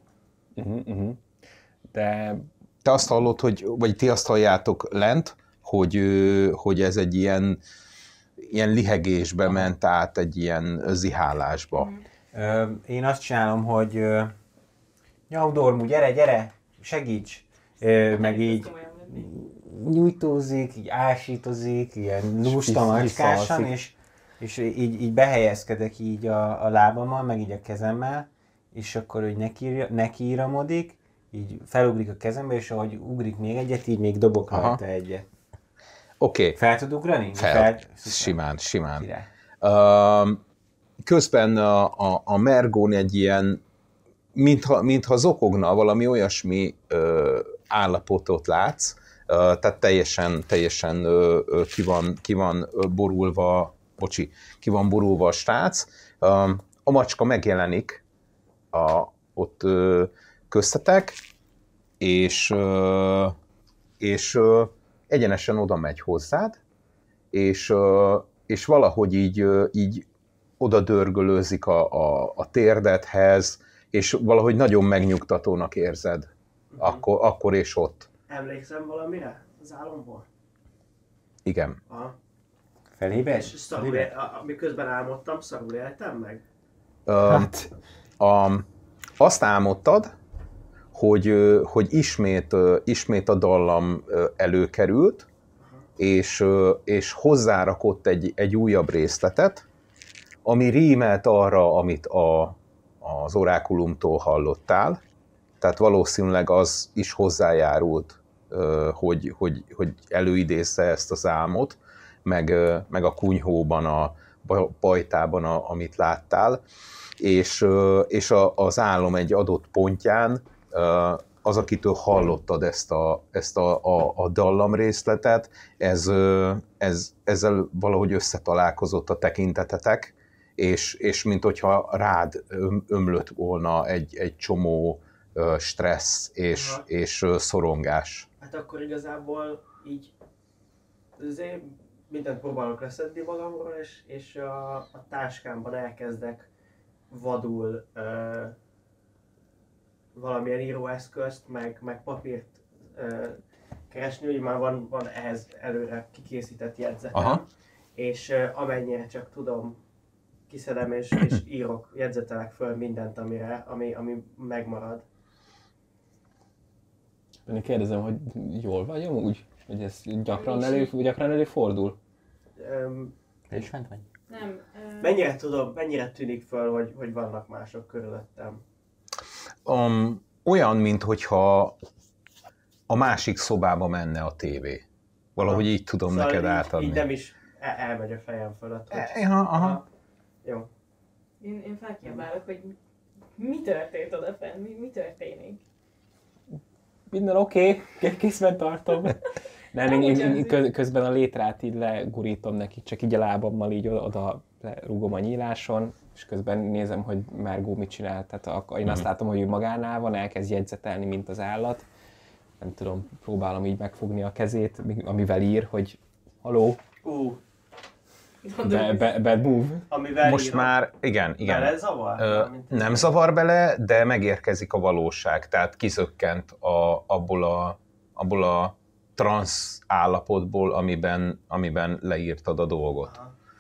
De... Te azt hallod, vagy ti azt halljátok lent, hogy ez egy ilyen lihegésbe ment át, egy ilyen zihálásba. Én azt csinálom, hogy Nyaudormú, gyere, segíts! Meg így nyújtózik, így ásítozik, ilyen lusta macskásan, és így behelyezkedek így a lábammal, meg így a kezemmel, és akkor hogy nekiíramodik, így felugrik a kezembe, és ahogy ugrik még egyet, így még dobok rajta egyet. Oké. Fel tud ugrani? Simán. Közben a Mergón egy ilyen, mintha zokogna, valami olyasmi állapotot látsz, tehát teljesen ki van borulva a srác. A macska megjelenik ott köztetek, és egyenesen oda megy hozzád, és valahogy így oda dörgölőzik a térdedhez, és valahogy nagyon megnyugtatónak érzed. Akkor és ott. Emlékszem valamire az álomból? Igen. Aha. Felébe? És miközben álmodtam, szarul éltem meg? Azt álmodtad, hogy ismét a dallam előkerült, és hozzárakott egy újabb részletet, ami rímelt arra, amit az orákulumtól hallottál. Tehát valószínűleg az is hozzájárult, hogy előidézze ezt az álmot, meg a kunyhóban, a pajtában, amit láttál. És az álom egy adott pontján az, akitől hallottad ezt a dallamrészletet, ezzel valahogy összetalálkozott a tekintetetek, és mint hogyha rád ömlött volna egy csomó stressz és szorongás. Hát akkor igazából így azért mindent próbálok leszedni magamról, és a táskámban elkezdek vadul valamilyen íróeszközt, meg papírt keresni, úgy már van ehhez előre kikészített jegyzetem. Aha. És amennyire csak tudom, kiszedem és írok, jegyzetelek föl mindent, ami megmarad. Én kérdezem, hogy jól vagy amúgy? Hogy ez gyakran előfordul? Te is fent vagy? Nem. Mennyire tűnik föl, hogy vannak mások körülöttem? Olyan, minthogyha a másik szobába menne a tévé. Valahogy így tudom Szóval neked így átadni. nem is elmegy a fejem fölött. Hogy... Aha. Jó. Én felkiabálok, hogy mi történt odafenn, mi történik? Minden oké, készben tartom. Nem, én közben a létrát így legurítom neki, csak így a lábammal így oda rúgom a nyíláson, és közben nézem, hogy Mergó mit csinál. Tehát én azt látom, hogy ő magánál van, elkezd jegyzetelni, mint az állat. Nem tudom, próbálom így megfogni a kezét, amivel ír, hogy haló, bad move. Amivel Most írok. már, igen. Bele zavar? Nem zavar bele, de megérkezik a valóság, tehát kizökkent abból a transz állapotból, amiben leírtad a dolgot.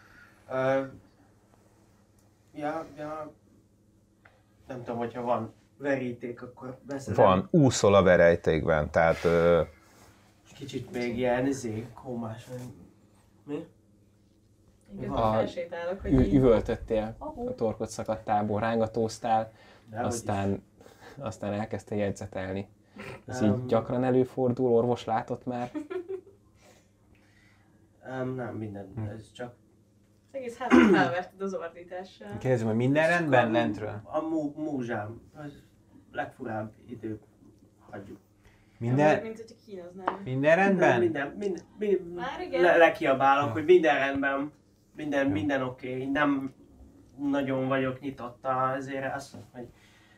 Nem tudom, hogyha van veríték, akkor beszélem. Van, úszol a verejtékben, tehát... Kicsit még ilyen kómás. Mi? Én felsétálok, hogy így... Üvöltöttél, a torkot szakadtából, rángatóztál, aztán elkezdtél jegyzetelni. Ez így gyakran előfordul, orvos látott már? Nem, minden, ez csak... Az egész házat felverted az ordítással. Kérdezem, hogy minden rendben lentről? A múzsám, az legfurább idő, hagyjuk. Minden, Mint hogyha kínoznál. minden rendben? Minden Már igen? lekiabálok, hogy minden rendben, minden oké. Nem nagyon vagyok nyitotta, ezért azt mondom, hogy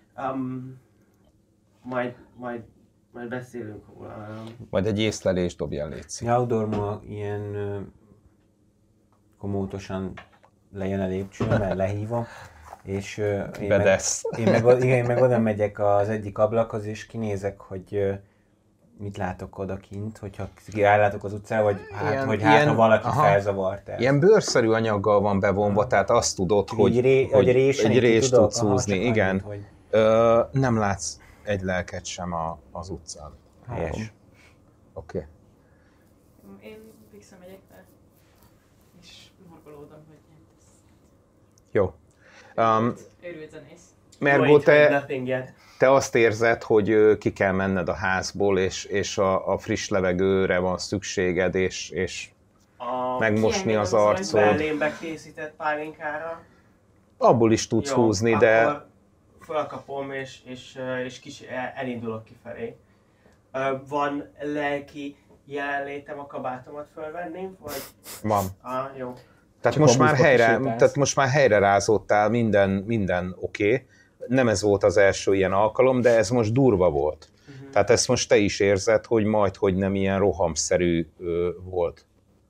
majd beszélünk róla. Majd egy észlelést dobjál, létszik. Jaudorma ilyen komótosan lejön a lépcsőn, mert lehívom, és én meg oda megyek az egyik ablakhoz, és kinézek, hogy mit látok odakint, hogyha rálátok az utcára, vagy ha valaki felzavart el. Ilyen bőrszerű anyaggal van bevonva, tehát azt tudod, hogy egy rést tudsz húzni. Igen. Hogy... Nem látsz egy lelket sem az utcán. Helyes. Oké. Én visszamegyek fel, és morgolódom, hogy Jó. őrült zenész. Mergó, te azt érzed, hogy ki kell menned a házból, és a friss levegőre van szükséged, és megmosni az arcod. Mellémbe készített pálinkára. Abból is tudsz húzni, de... Akkor felkapom, és elindulok kifelé. Van lelki jelenlétem, a kabátomat fölvenném, vagy... Van. Jó. Tehát most már helyre rázódtál, minden oké. Nem ez volt az első ilyen alkalom, de ez most durva volt. Tehát ezt most te is érzed, hogy majdhogy nem ilyen rohamszerű volt.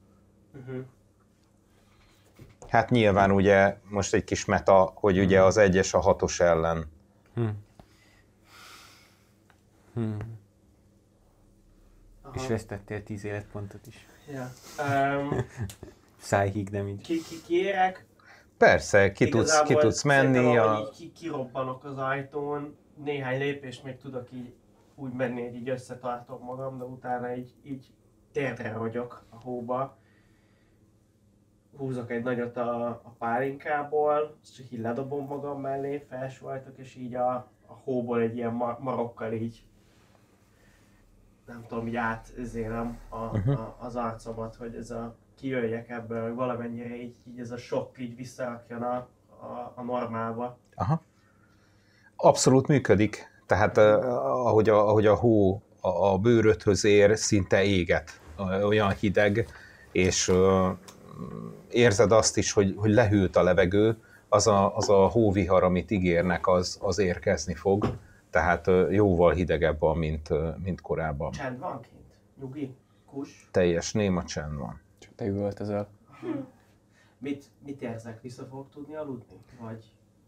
Hát nyilván ugye most egy kis meta, hogy ugye az 1-es a 6-os ellen. És vesztettél 10 életpontot is. Ja. Psychic damage. Kiérek. Persze, ki tudsz menni. Így kirobbanok az ajtón, néhány lépést még tudok így úgy menni, hogy így összetartom magam, de utána így térdre rogyok a hóba. Húzok egy nagyot a pálinkából, csak így ledobom magam mellé, felsóhajtok, és így a hóból egy ilyen marokkal így, nem tudom, így átezélem az arcomat, hogy ez kijöjjek ebből, hogy valamennyire így ez a sok így visszarakjon a normálba. Aha. Abszolút működik. Tehát ahogy a hó a bőrödhöz ér, szinte éget. Olyan hideg, és érzed azt is, hogy lehűlt a levegő, az a hóvihar, amit ígérnek, az érkezni fog. Tehát jóval hidegebb van, mint korábban. Csend van kint? Nyugi? Kus? Teljes néma csend van. Csak te üvöltözöl. Mit érzek? Vissza fogok tudni aludni? Vagy...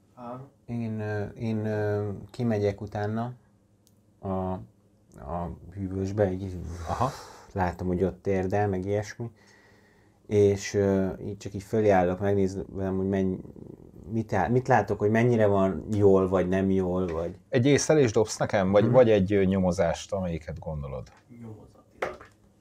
Én kimegyek utána a hűvösbe, így látom, hogy ott térdel, meg ilyesmi. És így csak így fölé állok, megnézem, hogy mit látok, hogy mennyire van jól, vagy nem jól, vagy... Egy észlelést dobsz nekem, vagy egy nyomozást, amelyiket gondolod? Nyomozatilag.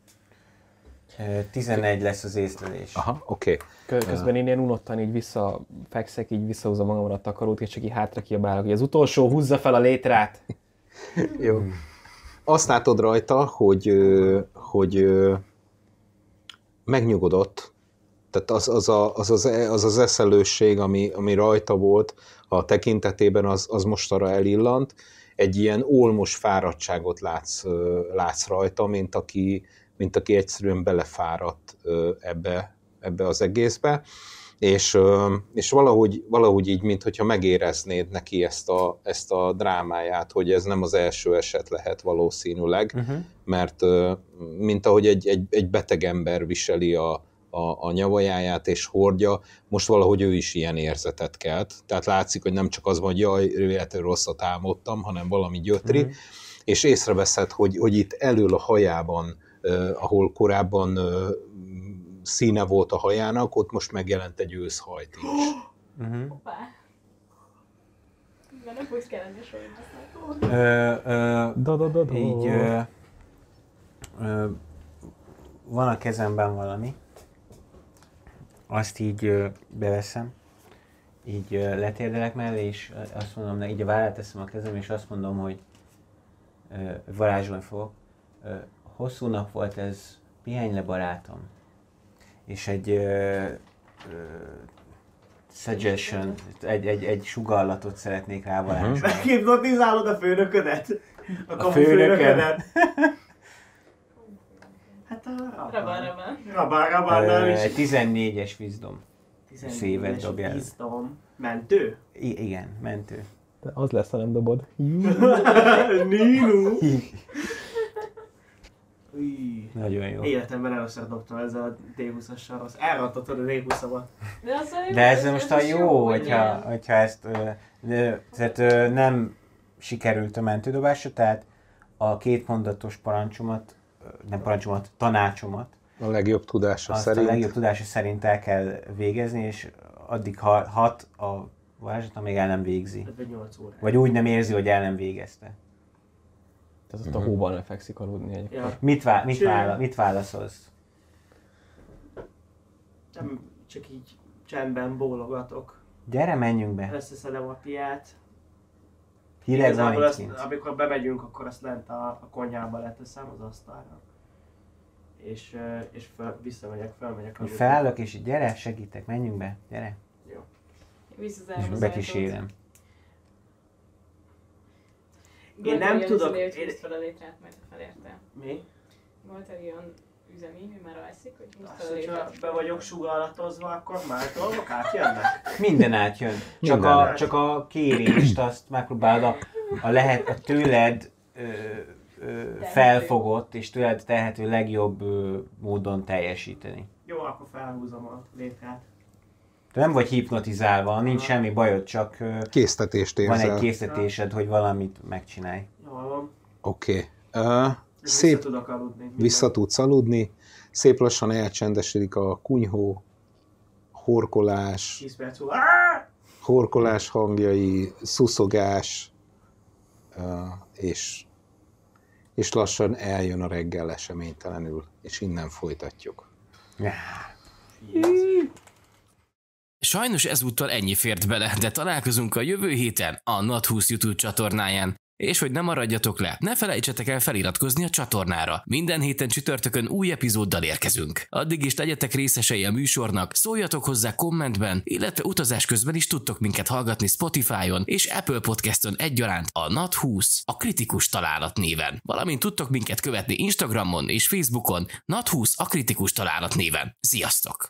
11 lesz az észlelés. Aha, oké. Közben én ilyen unottan így visszafekszek, így visszahúzom magamra a takarót, és csak így hátra kiabálok, hogy az utolsó húzza fel a létrát. Jó. Azt látod rajta, hogy megnyugodott, tehát az eszelősség, ami rajta volt a tekintetében, az mostanra elillant. Egy ilyen ólmos fáradtságot látsz rajta, mint aki egyszerűen belefáradt ebbe az egészbe, és valahogy így, mintha megéreznéd neki ezt a drámáját, hogy ez nem az első eset lehet valószínűleg, mert mint ahogy egy beteg ember viseli a nyavajáját és hordja, most valahogy ő is ilyen érzetet kelt. Tehát látszik, hogy nem csak az van, hogy jaj, rosszat álmodtam, hanem valami gyötri, és észreveszed, hogy itt elől a hajában, ahol korábban színe volt a hajának, ott most megjelent egy őszhajt is. Hoppá. Mert nem fogsz kelleni a Így van a kezemben valami, azt így beveszem, így letérdelek mellé, és azt mondom, így a vállát teszem a kezem, és azt mondom, hogy varázsolni fogok. Hosszú nap volt ez, pihenj le, barátom. És egy suggestion, egy sugallatot szeretnék rá varázsolni. Meghipnotizálod a főnöködet? A főnöködet? Hát Rabán. Egy 14-es wisdom. Szévet dobjál. Wisdom. Mentő? Igen, mentő. De az lesz, ha nem dobod. Nino! Nagyon jó. Életemben először dobtam ezzel a D20-assal rossz. Elrontottad a D20-amat. De ez most a jó, hogyha ezt tehát nem sikerült a mentődobásra, tehát a 2 mondatos tanácsomat. A legjobb tudása szerint. A legjobb tudása szerint el kell végezni, és addig hat a varázslat, amíg el nem végzi. Vagy úgy nem érzi, hogy el nem végezte. Tehát ott a hóban nem fekszik aludni egyébként. Ja. Mit válaszolsz? Nem, csak így csendben bólogatok. Gyere, menjünk be. Összeszedem a piát. Hideg van itt kint. Amikor bemegyünk, akkor azt lent a konyhába leteszem az asztalra. És felmegyek. Felállok, és gyere, segítek, menjünk be, gyere. Jó. És bekísérem. Én nem tudok... Én fel a létrát, mert felérte. Mi? Volt egy olyan üzemi, hogy már alszik, hogy húzd Azt, fel a létrát. hogyha be vagyok sugallatozva, akkor már dolgok átjönnek? Minden átjön. Csak a kérést azt megpróbálod a tőled felfogott és tőled tehető legjobb módon teljesíteni. Jó, akkor felhúzom a létrát. Te nem vagy hipnotizálva, nincs semmi bajod, csak késztetést érzel. Van egy késztetésed, hogy valamit megcsinálj. Jól van. Oké. Vissza tudok aludni. Vissza tudsz aludni. Szép lassan elcsendesedik a kunyhó, horkolás, 10 perc horkolás hangjai, szuszogás, és lassan eljön a reggel eseménytelenül, és innen folytatjuk. Sajnos ezúttal ennyi fért bele, de találkozunk a jövő héten a NAT20 YouTube csatornáján. És hogy ne maradjatok le, ne felejtsetek el feliratkozni a csatornára. Minden héten csütörtökön új epizóddal érkezünk. Addig is legyetek részesei a műsornak, szóljatok hozzá kommentben, illetve utazás közben is tudtok minket hallgatni Spotify-on és Apple Podcaston egyaránt a NAT20, a kritikus találat néven. Valamint tudtok minket követni Instagramon és Facebookon NAT20, a kritikus találat néven. Sziasztok!